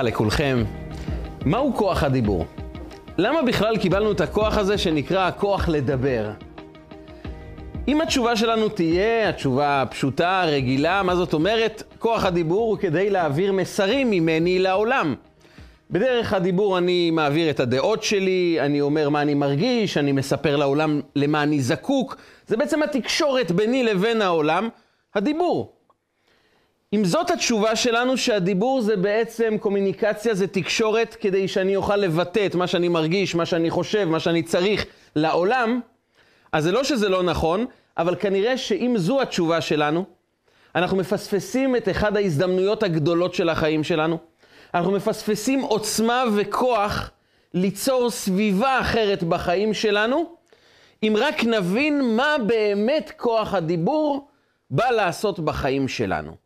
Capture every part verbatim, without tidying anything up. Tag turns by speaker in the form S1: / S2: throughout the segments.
S1: לכולכם. מהו כוח הדיבור? למה בכלל קיבלנו את הכוח הזה שנקרא הכוח לדבר? אם התשובה שלנו תהיה, התשובה פשוטה, רגילה, מה זאת אומרת? כוח הדיבור הוא כדי להעביר מסרים ממני לעולם. בדרך הדיבור אני מעביר את הדעות שלי, אני אומר מה אני מרגיש, אני מספר לעולם למה אני זקוק. זה בעצם התקשורת ביני לבין העולם, הדיבור. אם זאת התשובה שלנו שהדיבור זה בעצם קומוניקציה, זה תקשורת כדי שאני אוכל לבטא את מה שאני מרגיש, מה שאני חושב, מה שאני צריך לעולם, אז זה לא שזה לא נכון, אבל כנראה שאם זו התשובה שלנו, אנחנו מפספסים את אחד ההזדמנויות הגדולות של החיים שלנו. אנחנו מפספסים עוצמה וכוח ליצור סביבה אחרת בחיים שלנו, אם רק נבין מה באמת כוח הדיבור בא לעשות בחיים שלנו.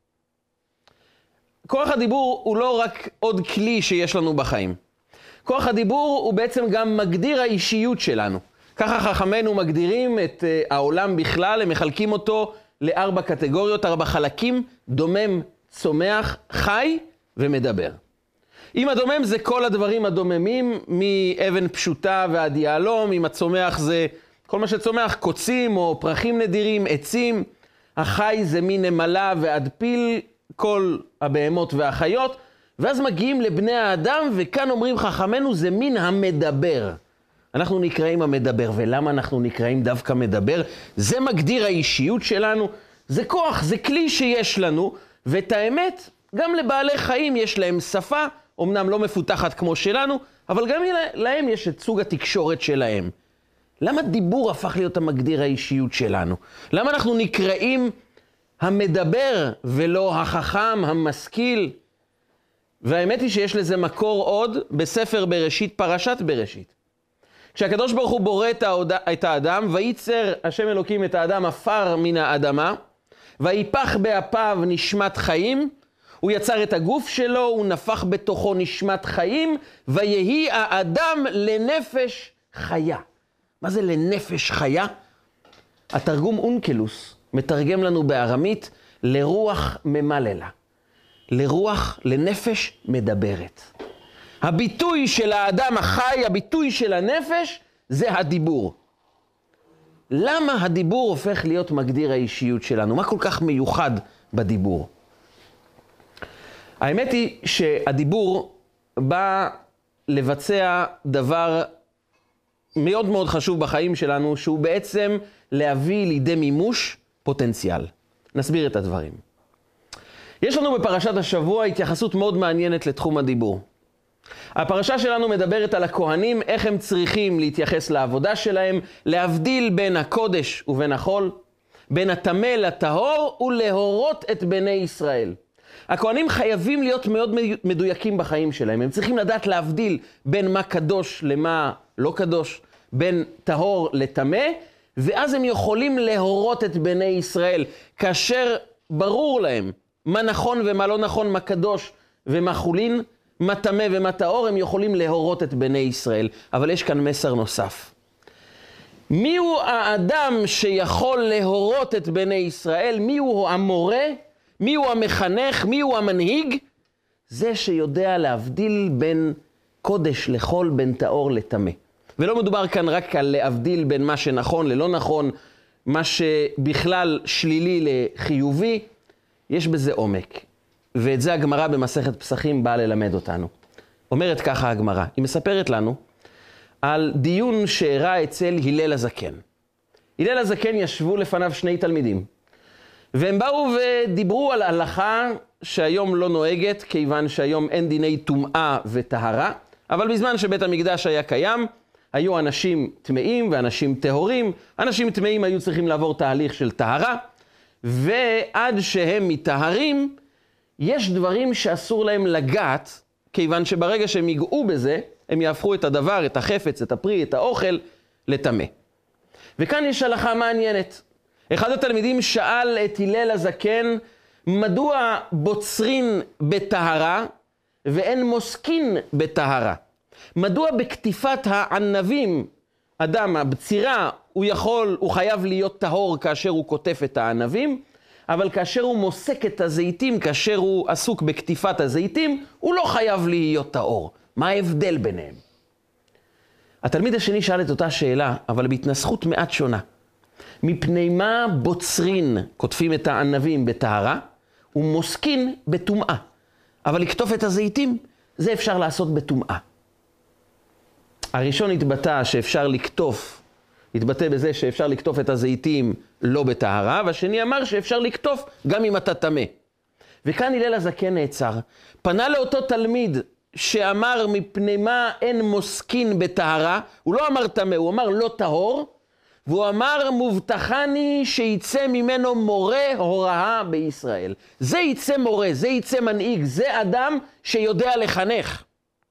S1: כוח הדיבור הוא לא רק עוד כלי שיש לנו בחיים. כוח הדיבור הוא בעצם גם מגדיר האישיות שלנו. ככה חכמינו מגדירים את uh, העולם בכלל, הם מחלקים אותו לארבע קטגוריות, ארבע חלקים, דומם, צומח, חי ומדבר. אם הדומם זה כל הדברים הדוממים, מאבן פשוטה ועד יהלום, אם הצומח זה כל מה שצומח, קוצים או פרחים נדירים, עצים, החי זה מנמלה ועד פיל, כל הבהמות והחיות, ואז מגיעים לבני האדם, וכאן אומרים חכמינו זה מין המדבר. אנחנו נקראים המדבר, ולמה אנחנו נקראים דווקא מדבר? זה מגדיר האישיות שלנו, זה כוח, זה כלי שיש לנו, ואת האמת, גם לבעלי חיים יש להם שפה, אמנם לא מפותחת כמו שלנו, אבל גם להם יש את סוג התקשורת שלהם. למה דיבור הפך להיות המגדיר האישיות שלנו? למה אנחנו נקראים המדבר ולא החכם, המשכיל? והאמת היא שיש לזה מקור עוד בספר בראשית, פרשת בראשית. כשהקדוש ברוך הוא בורא את האדם, וייצר השם אלוקים את האדם עפר מן האדמה, ויפח באפיו נשמת חיים, הוא יצר את הגוף שלו, הוא נפח בתוכו נשמת חיים, ויהי האדם לנפש חיה. מה זה לנפש חיה? התרגום אונקלוס מתרגם לנו בארמית לרוח ממללה. לרוח, לנפש מדברת. הביטוי של האדם החי, הביטוי של הנפש, זה הדיבור. למה הדיבור הופך להיות מגדיר האישיות שלנו? מה כל כך מיוחד בדיבור? האמת היא שהדיבור בא לבצע דבר מאוד מאוד חשוב בחיים שלנו, שהוא בעצם להביא לידי מימוש פוטנציאל. נסביר את הדברים. יש לנו בפרשת השבוע התייחסות מאוד מעניינת לתחום הדיבור. הפרשה שלנו מדברת על הכהנים, איך הם צריכים להתייחס לעבודה שלהם, להבדיל בין הקודש ובין החול, בין הטמא לטהור ולהורות את בני ישראל. הכהנים חייבים להיות מאוד מדויקים בחיים שלהם. הם צריכים לדעת להבדיל בין מה קדוש למה לא קדוש, בין טהור לטמא, ואז הם יכולים להורות את בני ישראל, כאשר ברור להם מה נכון ומה לא נכון, מה קדוש ומה חולין, מה טמא ומה טהור, הם יכולים להורות את בני ישראל. אבל יש כאן מסר נוסף. מיהו האדם שיכול להורות את בני ישראל? מיהו המורה? מיהו המחנך? מיהו המנהיג? זה שיודע להבדיל בין קודש לחול, בין טהור לטמא. ולא מדובר כאן רק על להבדיל בין מה שנכון ללא נכון, מה שבכלל שלילי לחיובי, יש בזה עומק. ואת זה הגמרא במסכת פסחים באה ללמד אותנו. אומרת ככה הגמרא, היא מספרת לנו על דיון שאירע אצל הלל הזקן. הלל הזקן ישבו לפניו שני תלמידים, והם באו ודיברו על הלכה שהיום לא נוהגת, כיוון שהיום אין דיני טומאה וטהרה, אבל בזמן שבית המקדש היה קיים, היו אנשים טמאים ואנשים טהורים. אנשים טמאים היו צריכים לעבור תהליך של טהרה, ועד שהם מטהרים, יש דברים שאסור להם לגעת, כיוון שברגע שהם יגעו בזה, הם יהפכו את הדבר, את החפץ, את הפרי, את האוכל, לטמא. וכאן יש הלכה מעניינת. אחד התלמידים שאל את הלל הזקן, מדוע בוצרין בטהרה ואין מוסקין בטהרה? מדוע בכתיפת הענבים, אדם, הבצירה, הוא יכול, הוא חייב להיות טהור כאשר הוא כותף את הענבים, אבל כאשר הוא מוסק את הזיתים, כאשר הוא עסוק בכתיפת הזיתים, הוא לא חייב להיות טהור. מה ההבדל ביניהם? התלמיד השני שאל את אותה שאלה, אבל בהתנסחות מעט שונה. מפני מה בוצרין כותבים את הענבים בטהרה, ומוסקין בטומאה. אבל לכתוב את הזיתים, זה אפשר לעשות בטומאה. הראשון התבטא שאפשר לכתוב, התבטא בזה שאפשר לכתוב את הזיתים לא בטהרה, והשני אמר שאפשר לכתוב גם אם אתה טמא. וכאן הלל הזקן נעצר, פנה לאותו תלמיד שאמר מפני מה אין מוסקין בטהרה, הוא לא אמר טמא, הוא אמר לא טהור, והוא אמר מובטחני שיצא ממנו מורה הוראה בישראל. זה יצא מורה, זה יצא מנהיג, זה אדם שיודע לחנך.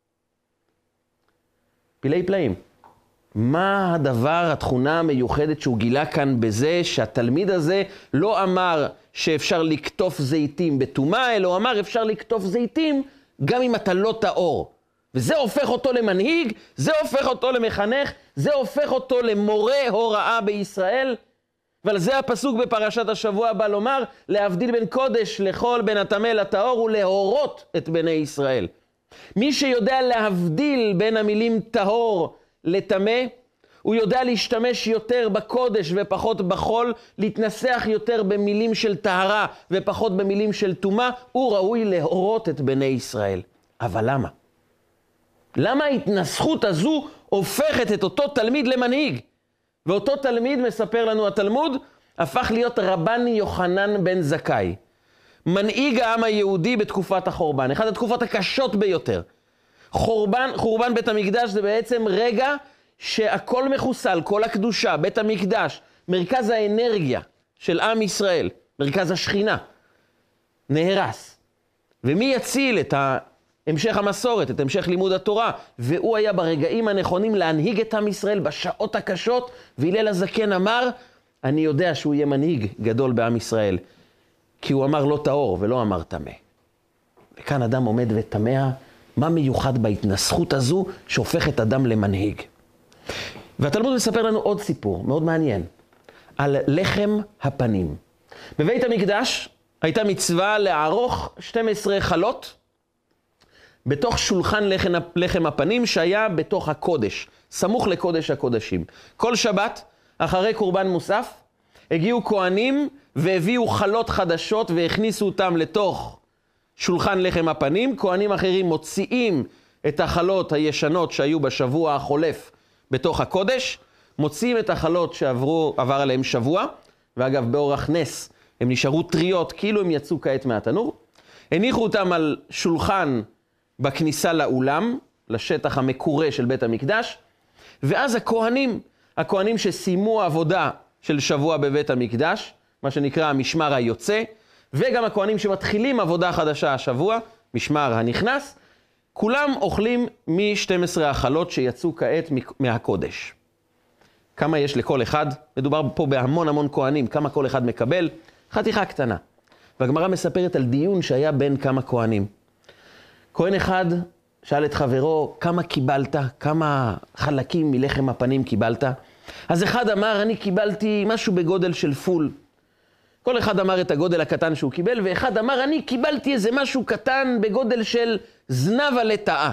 S1: פילי פלאים. מה הדבר, התכונה המיוחדת שהוא גילה כאן בזה שהתלמיד הזה לא אמר שאפשר לקטוף זיתים בטומאה, אלא הוא אמר אפשר לקטוף זיתים גם אם אתה לא טהור. וזה הופך אותו למנהיג, זה הופך אותו למחנך, זה הופך אותו למורה הוראה בישראל. ועל זה הפסוק בפרשת השבוע בא לומר, להבדיל בין קודש לכל בין הטמא לטהור ולהורות את בני ישראל. מי שיודע להבדיל בין המילים טהור לטמא, הוא יודע להשתמש יותר בקודש ופחות בחול, להתנסח יותר במילים של טהרה ופחות במילים של טומאה, הוא ראוי להורות את בני ישראל. אבל למה? למה ההתנסחות הזו הופכת את אותו תלמיד למנהיג? ואותו תלמיד, מספר לנו התלמוד, הפך להיות רבן יוחנן בן זכאי. מנהיג העם היהודי בתקופת החורבן, אחת התקופות הקשות ביותר. חורבן, חורבן בית המקדש זה בעצם רגע שהכל מחוסל, כל הקדושה, בית המקדש, מרכז האנרגיה של עם ישראל, מרכז השכינה, נהרס. ומי יציל את המשך המסורת, את המשך לימוד התורה? והוא היה ברגעים הנכונים להנהיג את עם ישראל בשעות הקשות, והלל הזקן אמר, אני יודע שהוא יהיה מנהיג גדול בעם ישראל, כי הוא אמר לא טהור ולא אמר טמא. וכאן אדם עומד ותמה, מה מיוחד בהתנסחות הזו שהופכת אדם למנהיג? והתלמוד מספר לנו עוד סיפור מאוד מעניין, על לחם הפנים. בבית המקדש הייתה מצווה לערוך שתים עשרה חלות, בתוך שולחן לחם, לחם הפנים שהיה בתוך הקודש, סמוך לקודש הקודשים. כל שבת, אחרי קורבן מוסף, הגיעו כהנים והביאו חלות חדשות והכניסו אותם לתוך שולחן לחם הפנים. כהנים אחרים מוציאים את החלות הישנות שהיו בשבוע החולף בתוך הקודש, מוציאים את החלות שעברו, עבר עליהם שבוע, ואגב באורח נס הם נשארו טריות כאילו הם יצאו כעת מהתנור, הניחו אותם על שולחן בכניסה לאולם, לשטח המקורה של בית המקדש, ואז הכהנים, הכהנים שסיימו עבודה של שבוע בבית המקדש, מה שנקרא המשמר היוצא, וגם הכהנים שמתחילים עבודה חדשה השבוע, משמר הנכנס, כולם אוכלים מ-שתים עשרה החלות שיצאו כעת מהקודש. כמה יש לכל אחד? מדובר פה בהמון המון כהנים, כמה כל אחד מקבל? חתיכה קטנה. והגמרא מספרת על דיון שהיה בין כמה כהנים. כהן אחד שאל את חברו, כמה קיבלת? כמה חלקים מלחם הפנים קיבלת? אז אחד אמר, אני קיבלתי משהו בגודל של פול. כל אחד אמר את הגודל הקטן שהוא קיבל, ואחד אמר, אני קיבלתי איזה משהו קטן בגודל של זנב הלטאה.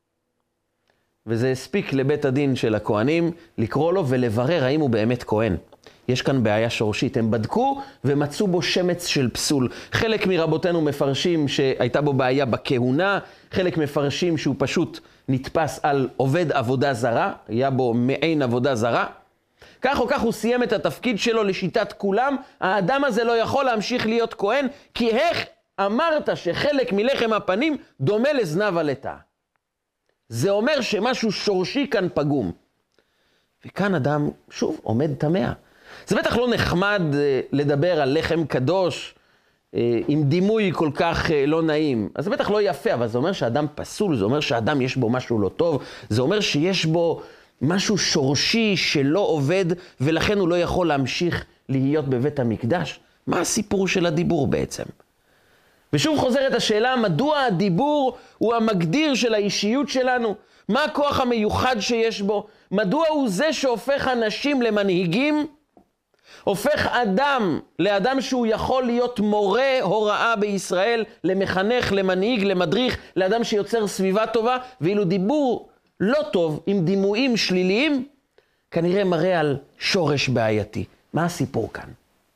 S1: וזה הספיק לבית הדין של הכהנים לקרוא לו ולברר האם הוא באמת כהן. יש כאן בעיה שורשית, הם בדקו ומצאו בו שמץ של פסול. חלק מרבותינו מפרשים שהייתה בו בעיה בכהונה, חלק מפרשים שהוא פשוט נתפס על עובד עבודה זרה, היה בו מעין עבודה זרה. כך או כך הוא סיים את התפקיד שלו לשיטת כולם, האדם הזה לא יכול להמשיך להיות כהן, כי איך אמרת שחלק מלחם הפנים דומה לזנב הלטאה? זה אומר שמשהו שורשי כאן פגום. וכאן אדם, שוב, עומד תמה. זה בטח לא נחמד לדבר על לחם קדוש עם דימוי כל כך לא נעים. אז זה בטח לא יפה, אבל זה אומר שאדם פסול, זה אומר שאדם יש בו משהו לא טוב, זה אומר שיש בו משהו שורשי שלא עובד, ולכן הוא לא יכול להמשיך להיות בבית המקדש. מה הסיפור של הדיבור בעצם? ושוב חוזרת השאלה, מדוע הדיבור הוא המגדיר של האישיות שלנו? מה הכוח המיוחד שיש בו? מדוע הוא זה שהופך אנשים למנהיגים? הופך אדם לאדם שהוא יכול להיות מורה הוראה בישראל, למחנך, למנהיג, למדריך, לאדם שיוצר סביבה טובה, ואילו דיבור לא טוב עם דימויים שליליים, כנראה מראה על שורש בעייתי. מה הסיפור כאן?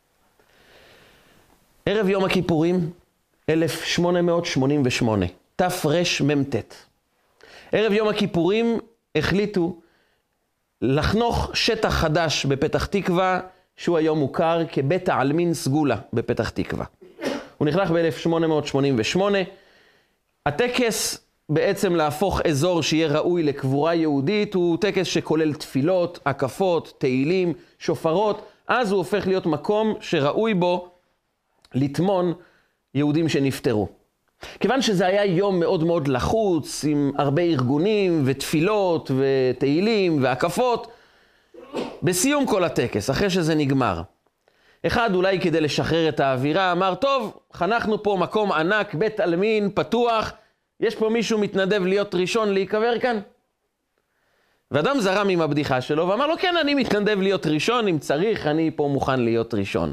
S1: ערב יום הכיפורים, אלף שמונה מאות שמונים ושמונה, תרמ"ט. ערב יום הכיפורים החליטו לחנוך שטח חדש בפתח תקווה, שהוא היום מוכר כבית העלמין סגולה בפתח תקווה. הוא נחנך ב-אלף שמונה מאות שמונים ושמונה. הטקס בעצם להפוך אזור שיהיה ראוי לקבורה יהודית, הוא טקס שכולל תפילות, הקפות, תהילים, שופרות, אז הוא הופך להיות מקום שראוי בו לטמון יהודים שנפטרו. כיוון שזה היה יום מאוד מאוד לחוץ, עם הרבה ארגונים ותפילות ותהילים והקפות, בסיום כל הטקס, אחרי שזה נגמר, אחד אולי כדי לשחרר את האווירה, אמר, טוב, חנכנו פה מקום ענק, בית עלמין, פתוח, יש פה מישהו מתנדב להיות ראשון להיקבר כאן? ואדם זרם עם הבדיחה שלו ואמר לו, כן, אני מתנדב להיות ראשון, אם צריך, אני פה מוכן להיות ראשון.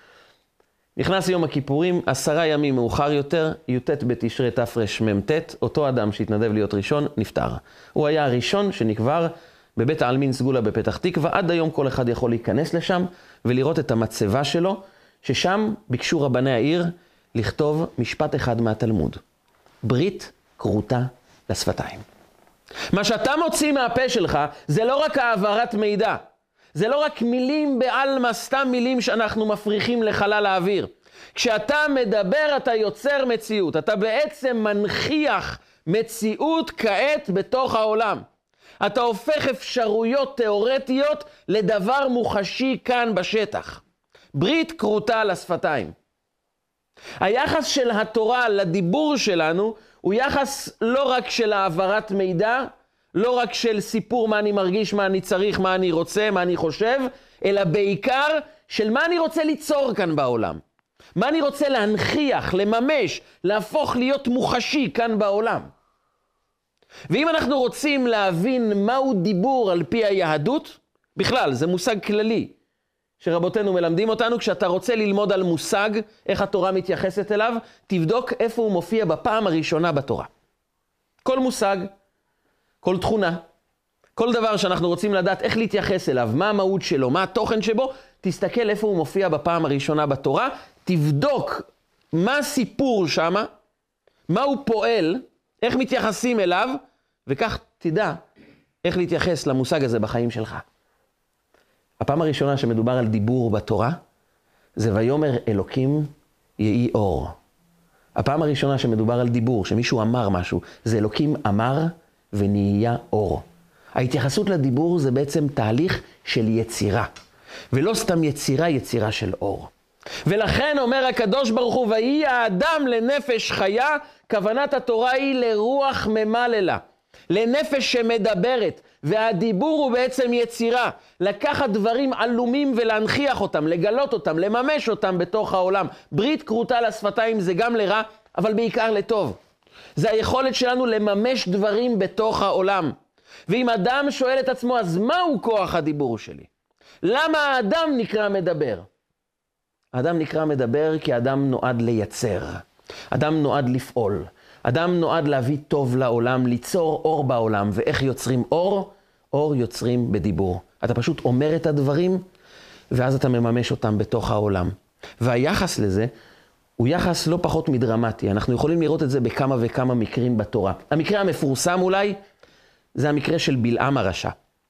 S1: נכנס יום הכיפורים, עשרה ימים מאוחר יותר, י"ט בתשרי תרמ"ט, אותו אדם שהתנדב להיות ראשון, נפטר. הוא היה הראשון שנקבר בבית העלמין סגולה בפתח תקווה, עד היום כל אחד יכול להיכנס לשם ולראות את המצבה שלו, ששם ביקשו רבני העיר לכתוב משפט אחד מהתלמוד. ברית כרותה לשפתיים. מה שאתה מוציא מהפה שלך זה לא רק העברת מידע, זה לא רק מילים בעלמא, סתם מילים שאנחנו מפריחים לחלל האוויר. כשאתה מדבר אתה יוצר מציאות, אתה בעצם מנכיח מציאות כעת בתוך העולם. אתה הופך אפשרויות תיאורטיות לדבר מוחשי כאן בשטח. ברית כרותה לשפתיים. היחס של התורה לדיבור שלנו הוא יחס לא רק של העברת מידע, לא רק של סיפור מה אני מרגיש, מה אני צריך, מה אני רוצה, מה אני חושב, אלא בעיקר של מה אני רוצה ליצור כאן בעולם. מה אני רוצה להנכיח, לממש, להפוך להיות מוחשי כאן בעולם. ואם אנחנו רוצים להבין מהו דיבור על פי היהדות, בכלל זה מושג כללי שרבותינו מלמדים אותנו, כשאתה רוצה ללמוד על מושג, איך התורה מתייחסת אליו, תבדוק איפה הוא מופיע בפעם הראשונה בתורה. כל מושג, כל תכונה, כל דבר שאנחנו רוצים לדעת איך להתייחס אליו, מה המהות שלו, מה התוכן שבו, תסתכל איפה הוא מופיע בפעם הראשונה בתורה, תבדוק מה הסיפור שמה, מה הוא פועל, איך מתייחסים אליו, וכך תדע איך להתייחס למושג הזה בחיים שלך. הפעם הראשונה שמדובר על דיבור בתורה, זה ויאמר אלוקים יהי אור. הפעם הראשונה שמדובר על דיבור, שמישהו אמר משהו, זה אלוקים אמר ונהיה אור. ההתייחסות לדיבור זה בעצם תהליך של יצירה, ולא סתם יצירה, יצירה של אור. ולכן אומר הקדוש ברוך הוא, ויהי האדם לנפש חיה, כוונת התורה היא לרוח ממללה, לנפש שמדברת, והדיבור הוא בעצם יצירה, לקחת דברים עלומים ולהנכיח אותם, לגלות אותם, לממש אותם בתוך העולם. ברית כרותה לשפתיים זה גם לרע, אבל בעיקר לטוב. זה היכולת שלנו לממש דברים בתוך העולם. ואם אדם שואל את עצמו, אז מהו כוח הדיבור שלי? למה האדם נקרא מדבר? האדם נקרא מדבר כי האדם נועד לייצר. אדם נועד לפעול. אדם נועד להביא טוב לעולם, ליצור אור בעולם. ואיך יוצרים אור? אור יוצרים בדיבור. אתה פשוט אומר את הדברים, ואז אתה מממש אותם בתוך העולם. והיחס לזה הוא יחס לא פחות מדרמטי. אנחנו יכולים לראות את זה בכמה וכמה מקרים בתורה. המקרה המפורסם אולי, זה המקרה של בלעם הרשע.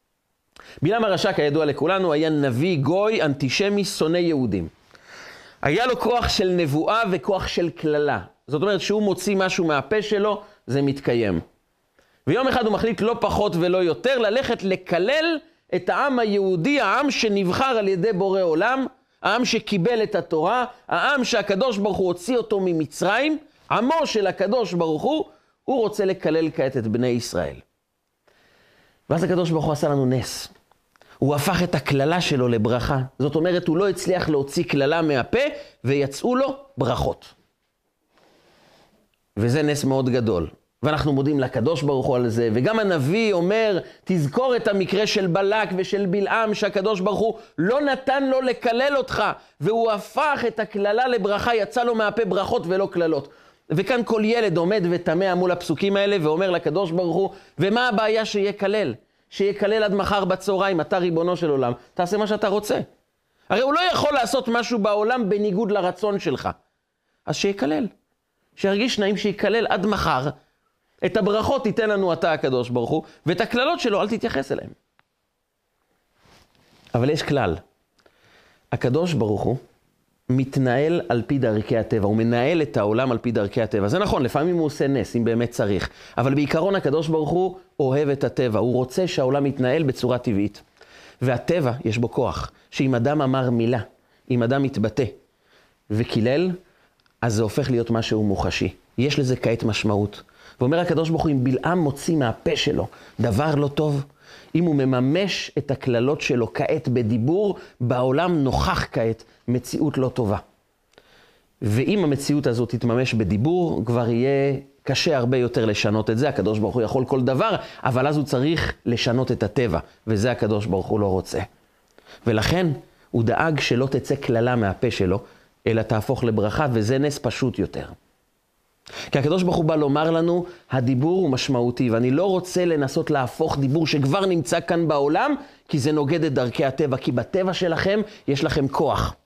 S1: בלעם הרשע, כידוע לכולנו, היה נביא גוי, אנטישמי, שונא יהודים. היה לו כוח של נבואה וכוח של כללה. זאת אומרת שהוא מוציא משהו מהפה שלו, זה מתקיים. ויום אחד הוא מחליט לא פחות ולא יותר, ללכת לקלל את העם היהודי, העם שנבחר על ידי בורא עולם, העם שקיבל את התורה, העם שהקדוש ברוך הוא הוציא אותו ממצרים, עמו של הקדוש ברוך הוא, הוא רוצה לקלל כעת את בני ישראל. ואז הקדוש ברוך הוא עשה לנו נס. הוא הפך את הכללה שלו לברכה. זאת אומרת, הוא לא הצליח להוציא כללה מהפה, ויצאו לו ברכות. וזה נס מאוד גדול. ואנחנו מודים לקדוש ברוך הוא על זה, וגם הנביא אומר, תזכור את המקרה של בלק ושל בלעם, שהקדוש ברוך הוא לא נתן לו לקלל אותך, והוא הפך את הכללה לברכה, יצא לו מהפה ברכות ולא כללות. וכאן כל ילד עומד ותמה מול הפסוקים האלה, ואומר לקדוש ברוך הוא, ומה הבעיה שיהיה כלל? שיהיה כלל עד מחר בצהריים, אתה ריבונו של עולם, תעשה מה שאתה רוצה. הרי הוא לא יכול לעשות משהו בעולם בניגוד לרצון שלך. אז שיקלל, שירגיש נעים שיקלל עד מחר, את הברכות תיתן לנו אתה הקדוש ברוך הוא, ואת הכללות שלו אל תתייחס אליהם. אבל יש כלל, הקדוש ברוך הוא מתנהל על פי דרכי הטבע, הוא מנהל את העולם על פי דרכי הטבע. זה נכון, לפעמים הוא עושה נס, אם באמת צריך, אבל בעיקרון הקדוש ברוך הוא אוהב את הטבע, הוא רוצה שהעולם מתנהל בצורה טבעית. והטבע יש בו כוח, שאם אדם אמר מילה, אם אדם מתבטא וקילל, אז זה הופך להיות משהו מוחשי. יש לזה כעת משמעות. ואומר הקדוש ברוך הוא, אם בלעם מוציא מהפה שלו דבר לא טוב, אם הוא מממש את הכללות שלו כעת בדיבור, בעולם נוכח כעת מציאות לא טובה. ואם המציאות הזאת תתממש בדיבור, כבר יהיה קשה הרבה יותר לשנות את זה. הקדוש ברוך הוא יכול כל דבר, אבל אז הוא צריך לשנות את הטבע, וזה הקדוש ברוך הוא לא רוצה. ולכן הוא דאג שלא תצא כללה מהפה שלו, אלא תהפוך לברכה, וזה נס פשוט יותר. כי הקדוש ברוך הוא בא לומר לנו, הדיבור הוא משמעותי, ואני לא רוצה לנסות להפוך דיבור שכבר נמצא כאן בעולם, כי זה נוגד את דרכי הטבע, כי בטבע שלכם יש לכם כוח.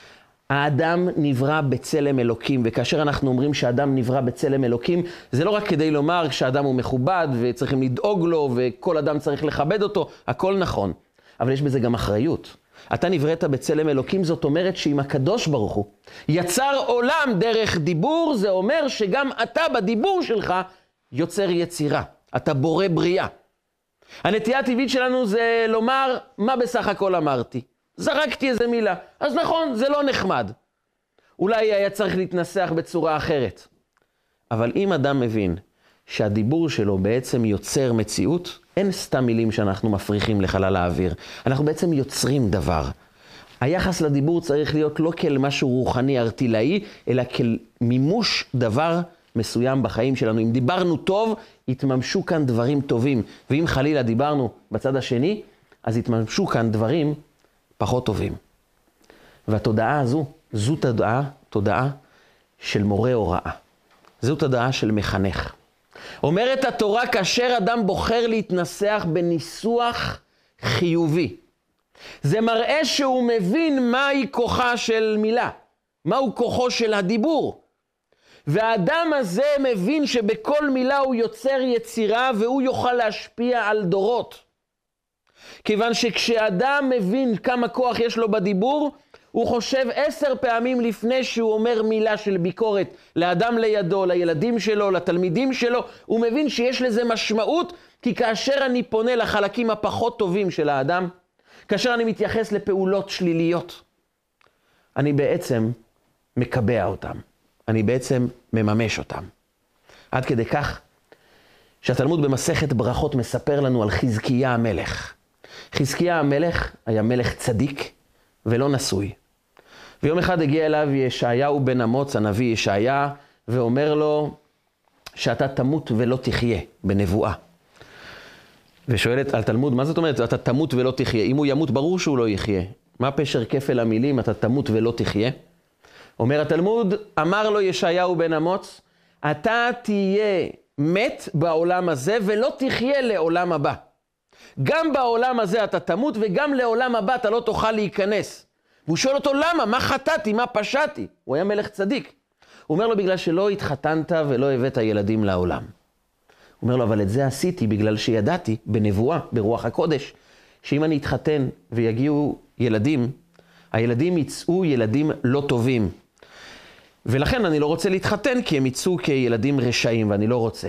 S1: האדם נברא בצלם אלוקים, וכאשר אנחנו אומרים שהאדם נברא בצלם אלוקים, זה לא רק כדי לומר שהאדם הוא מכובד, וצריכים לדאוג לו, וכל אדם צריך לכבד אותו, הכל נכון. אבל יש בזה גם אחריות. אתה נבראת בצלם אלוקים, זאת אומרת שאם הקדוש ברוך הוא יצר עולם דרך דיבור, זה אומר שגם אתה בדיבור שלך יוצר יצירה. אתה בורא בריאה. הנטייה הטבעית שלנו זה לומר, מה בסך הכל אמרתי? זרקתי איזה מילה. אז נכון, זה לא נחמד. אולי היה צריך להתנסח בצורה אחרת. אבל אם אדם מבין שהדיבור שלו בעצם יוצר מציאות, אין סתם מילים שאנחנו מפריחים לחלל האוויר. אנחנו בעצם יוצרים דבר. היחס לדיבור צריך להיות לא כאל משהו רוחני ארטילאי, אלא כאל מימוש דבר מסוים בחיים שלנו. אם דיברנו טוב, יתממשו כאן דברים טובים. ואם חלילה דיברנו בצד השני, אז יתממשו כאן דברים פחות טובים. והתודעה הזו, זו תודעה, תודעה של מורה הוראה. זו תודעה של מחנך. אומרת התורה, כאשר אדם בוחר להתנסח בניסוח חיובי, זה מראה שהוא מבין מהי כוחה של מילה, מהו כוחו של הדיבור. והאדם הזה מבין שבכל מילה הוא יוצר יצירה, והוא יוכל להשפיע על דורות. כיוון שכשאדם מבין כמה כוח יש לו בדיבור, הוא חושב עשר פעמים לפני שהוא אומר מילה של ביקורת לאדם לידו, לילדים שלו, לתלמידים שלו. הוא מבין שיש לזה משמעות, כי כאשר אני פונה לחלקים הפחות טובים של האדם, כאשר אני מתייחס לפעולות שליליות, אני בעצם מקבע אותם. אני בעצם מממש אותם. עד כדי כך שהתלמוד במסכת ברכות מספר לנו על חזקיה המלך. חזקיה המלך היה מלך צדיק ולא נשוי. ויום אחד הגיע אליו ישעיהו בן אמוץ, הנביא ישעיה, ואומר לו שאתה תמות ולא תחיה בנבואה. ושואלת על תלמוד, מה זאת אומרת? אתה תמות ולא תחיה. אם הוא ימות, ברור שהוא לא יחיה. מה פשר כפל המילים, אתה תמות ולא תחיה? אומר התלמוד, אמר לו ישעיהו בן אמוץ, אתה תהיה מת בעולם הזה ולא תחיה לעולם הבא. גם בעולם הזה אתה תמות, וגם לעולם הבא אתה לא תוכל להיכנס. והוא שואל אותו, למה? מה חטאתי? מה פשעתי? הוא היה מלך צדיק. הוא אומר לו, בגלל שלא התחתנת ולא הבאת ילדים לעולם. הוא אומר לו, אבל את זה עשיתי בגלל שידעתי בנבואה, ברוח הקודש, שאם אני אתחתן ויגיעו ילדים, הילדים יצאו ילדים לא טובים. ולכן אני לא רוצה להתחתן, כי הם יצאו כילדים רשעים, ואני לא רוצה.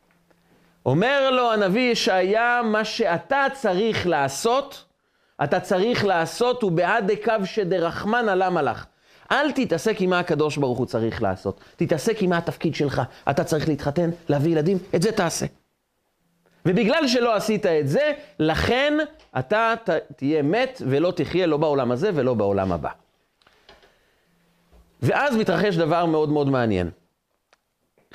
S1: אומר לו הנביא ישעיה, מה שאתה צריך לעשות, אתה צריך לעשות, ובעד דקו שדרחמן עלה מלך. אל תתעסק עם מה הקדוש ברוך הוא צריך לעשות. תתעסק עם מה התפקיד שלך. אתה צריך להתחתן, להביא ילדים, את זה תעשה. ובגלל שלא עשית את זה, לכן אתה ת, תהיה מת ולא תחיה לא בעולם הזה ולא בעולם הבא. ואז מתרחש דבר מאוד מאוד מעניין.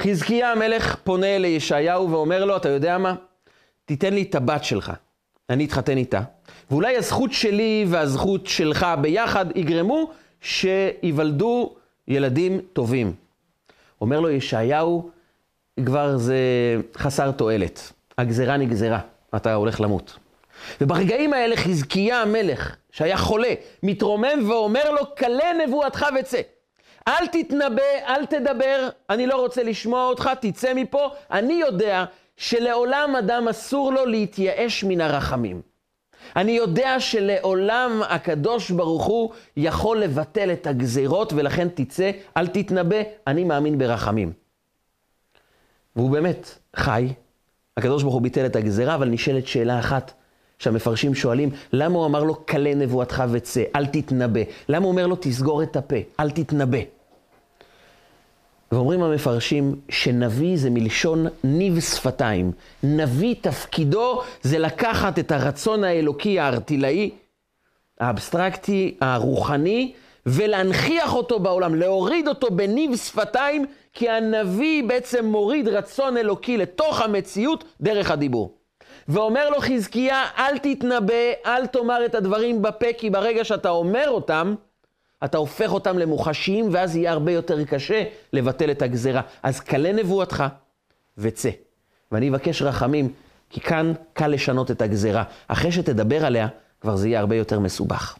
S1: חזקיה המלך פונה לישעיהו ואומר לו, אתה יודע מה? תיתן לי את הבת שלך, אני אתחתן איתה. ואולי הזכות שלי והזכות שלך ביחד יגרמו שיוולדו ילדים טובים. אומר לו ישעיהו, כבר זה חסר תועלת. הגזרה נגזרה, אתה הולך למות. וברגעים האלה חזקיה המלך, שהיה חולה, מתרומם ואומר לו, קלה נבואתך וצא. אל תתנבא, אל תדבר, אני לא רוצה לשמוע אותך, תצא מפה. אני יודע שלעולם אדם אסור לו להתייאש מן הרחמים. אני יודע שלעולם הקדוש ברוך הוא יכול לבטל את הגזירות, ולכן תצא, אל תתנבא, אני מאמין ברחמים. והוא באמת חי, הקדוש ברוך הוא ביטל את הגזירה, אבל נשאלת שאלה אחת, שהמפרשים שואלים, למה הוא אמר לו, קלה נבואתך וצא, אל תתנבא? למה הוא אומר לו, תסגור את הפה, אל תתנבא? ואומרים המפרשים שנביא זה מלשון ניב שפתיים. נביא תפקידו זה לקחת את הרצון האלוקי הארטילאי, האבסטרקטי, הרוחני, ולהנכיח אותו בעולם, להוריד אותו בניב שפתיים, כי הנביא בעצם מוריד רצון אלוקי לתוך המציאות דרך הדיבור. ואומר לו חזקיה, אל תתנבא, אל תאמר את הדברים בפה, כי ברגע שאתה אומר אותם, אתה הופך אותם למוחשיים, ואז יהיה הרבה יותר קשה לבטל את הגזרה. אז קלה נבואתך וצא. ואני אבקש רחמים, כי כאן קל לשנות את הגזרה. אחרי שתדבר עליה, כבר זה יהיה הרבה יותר מסובך.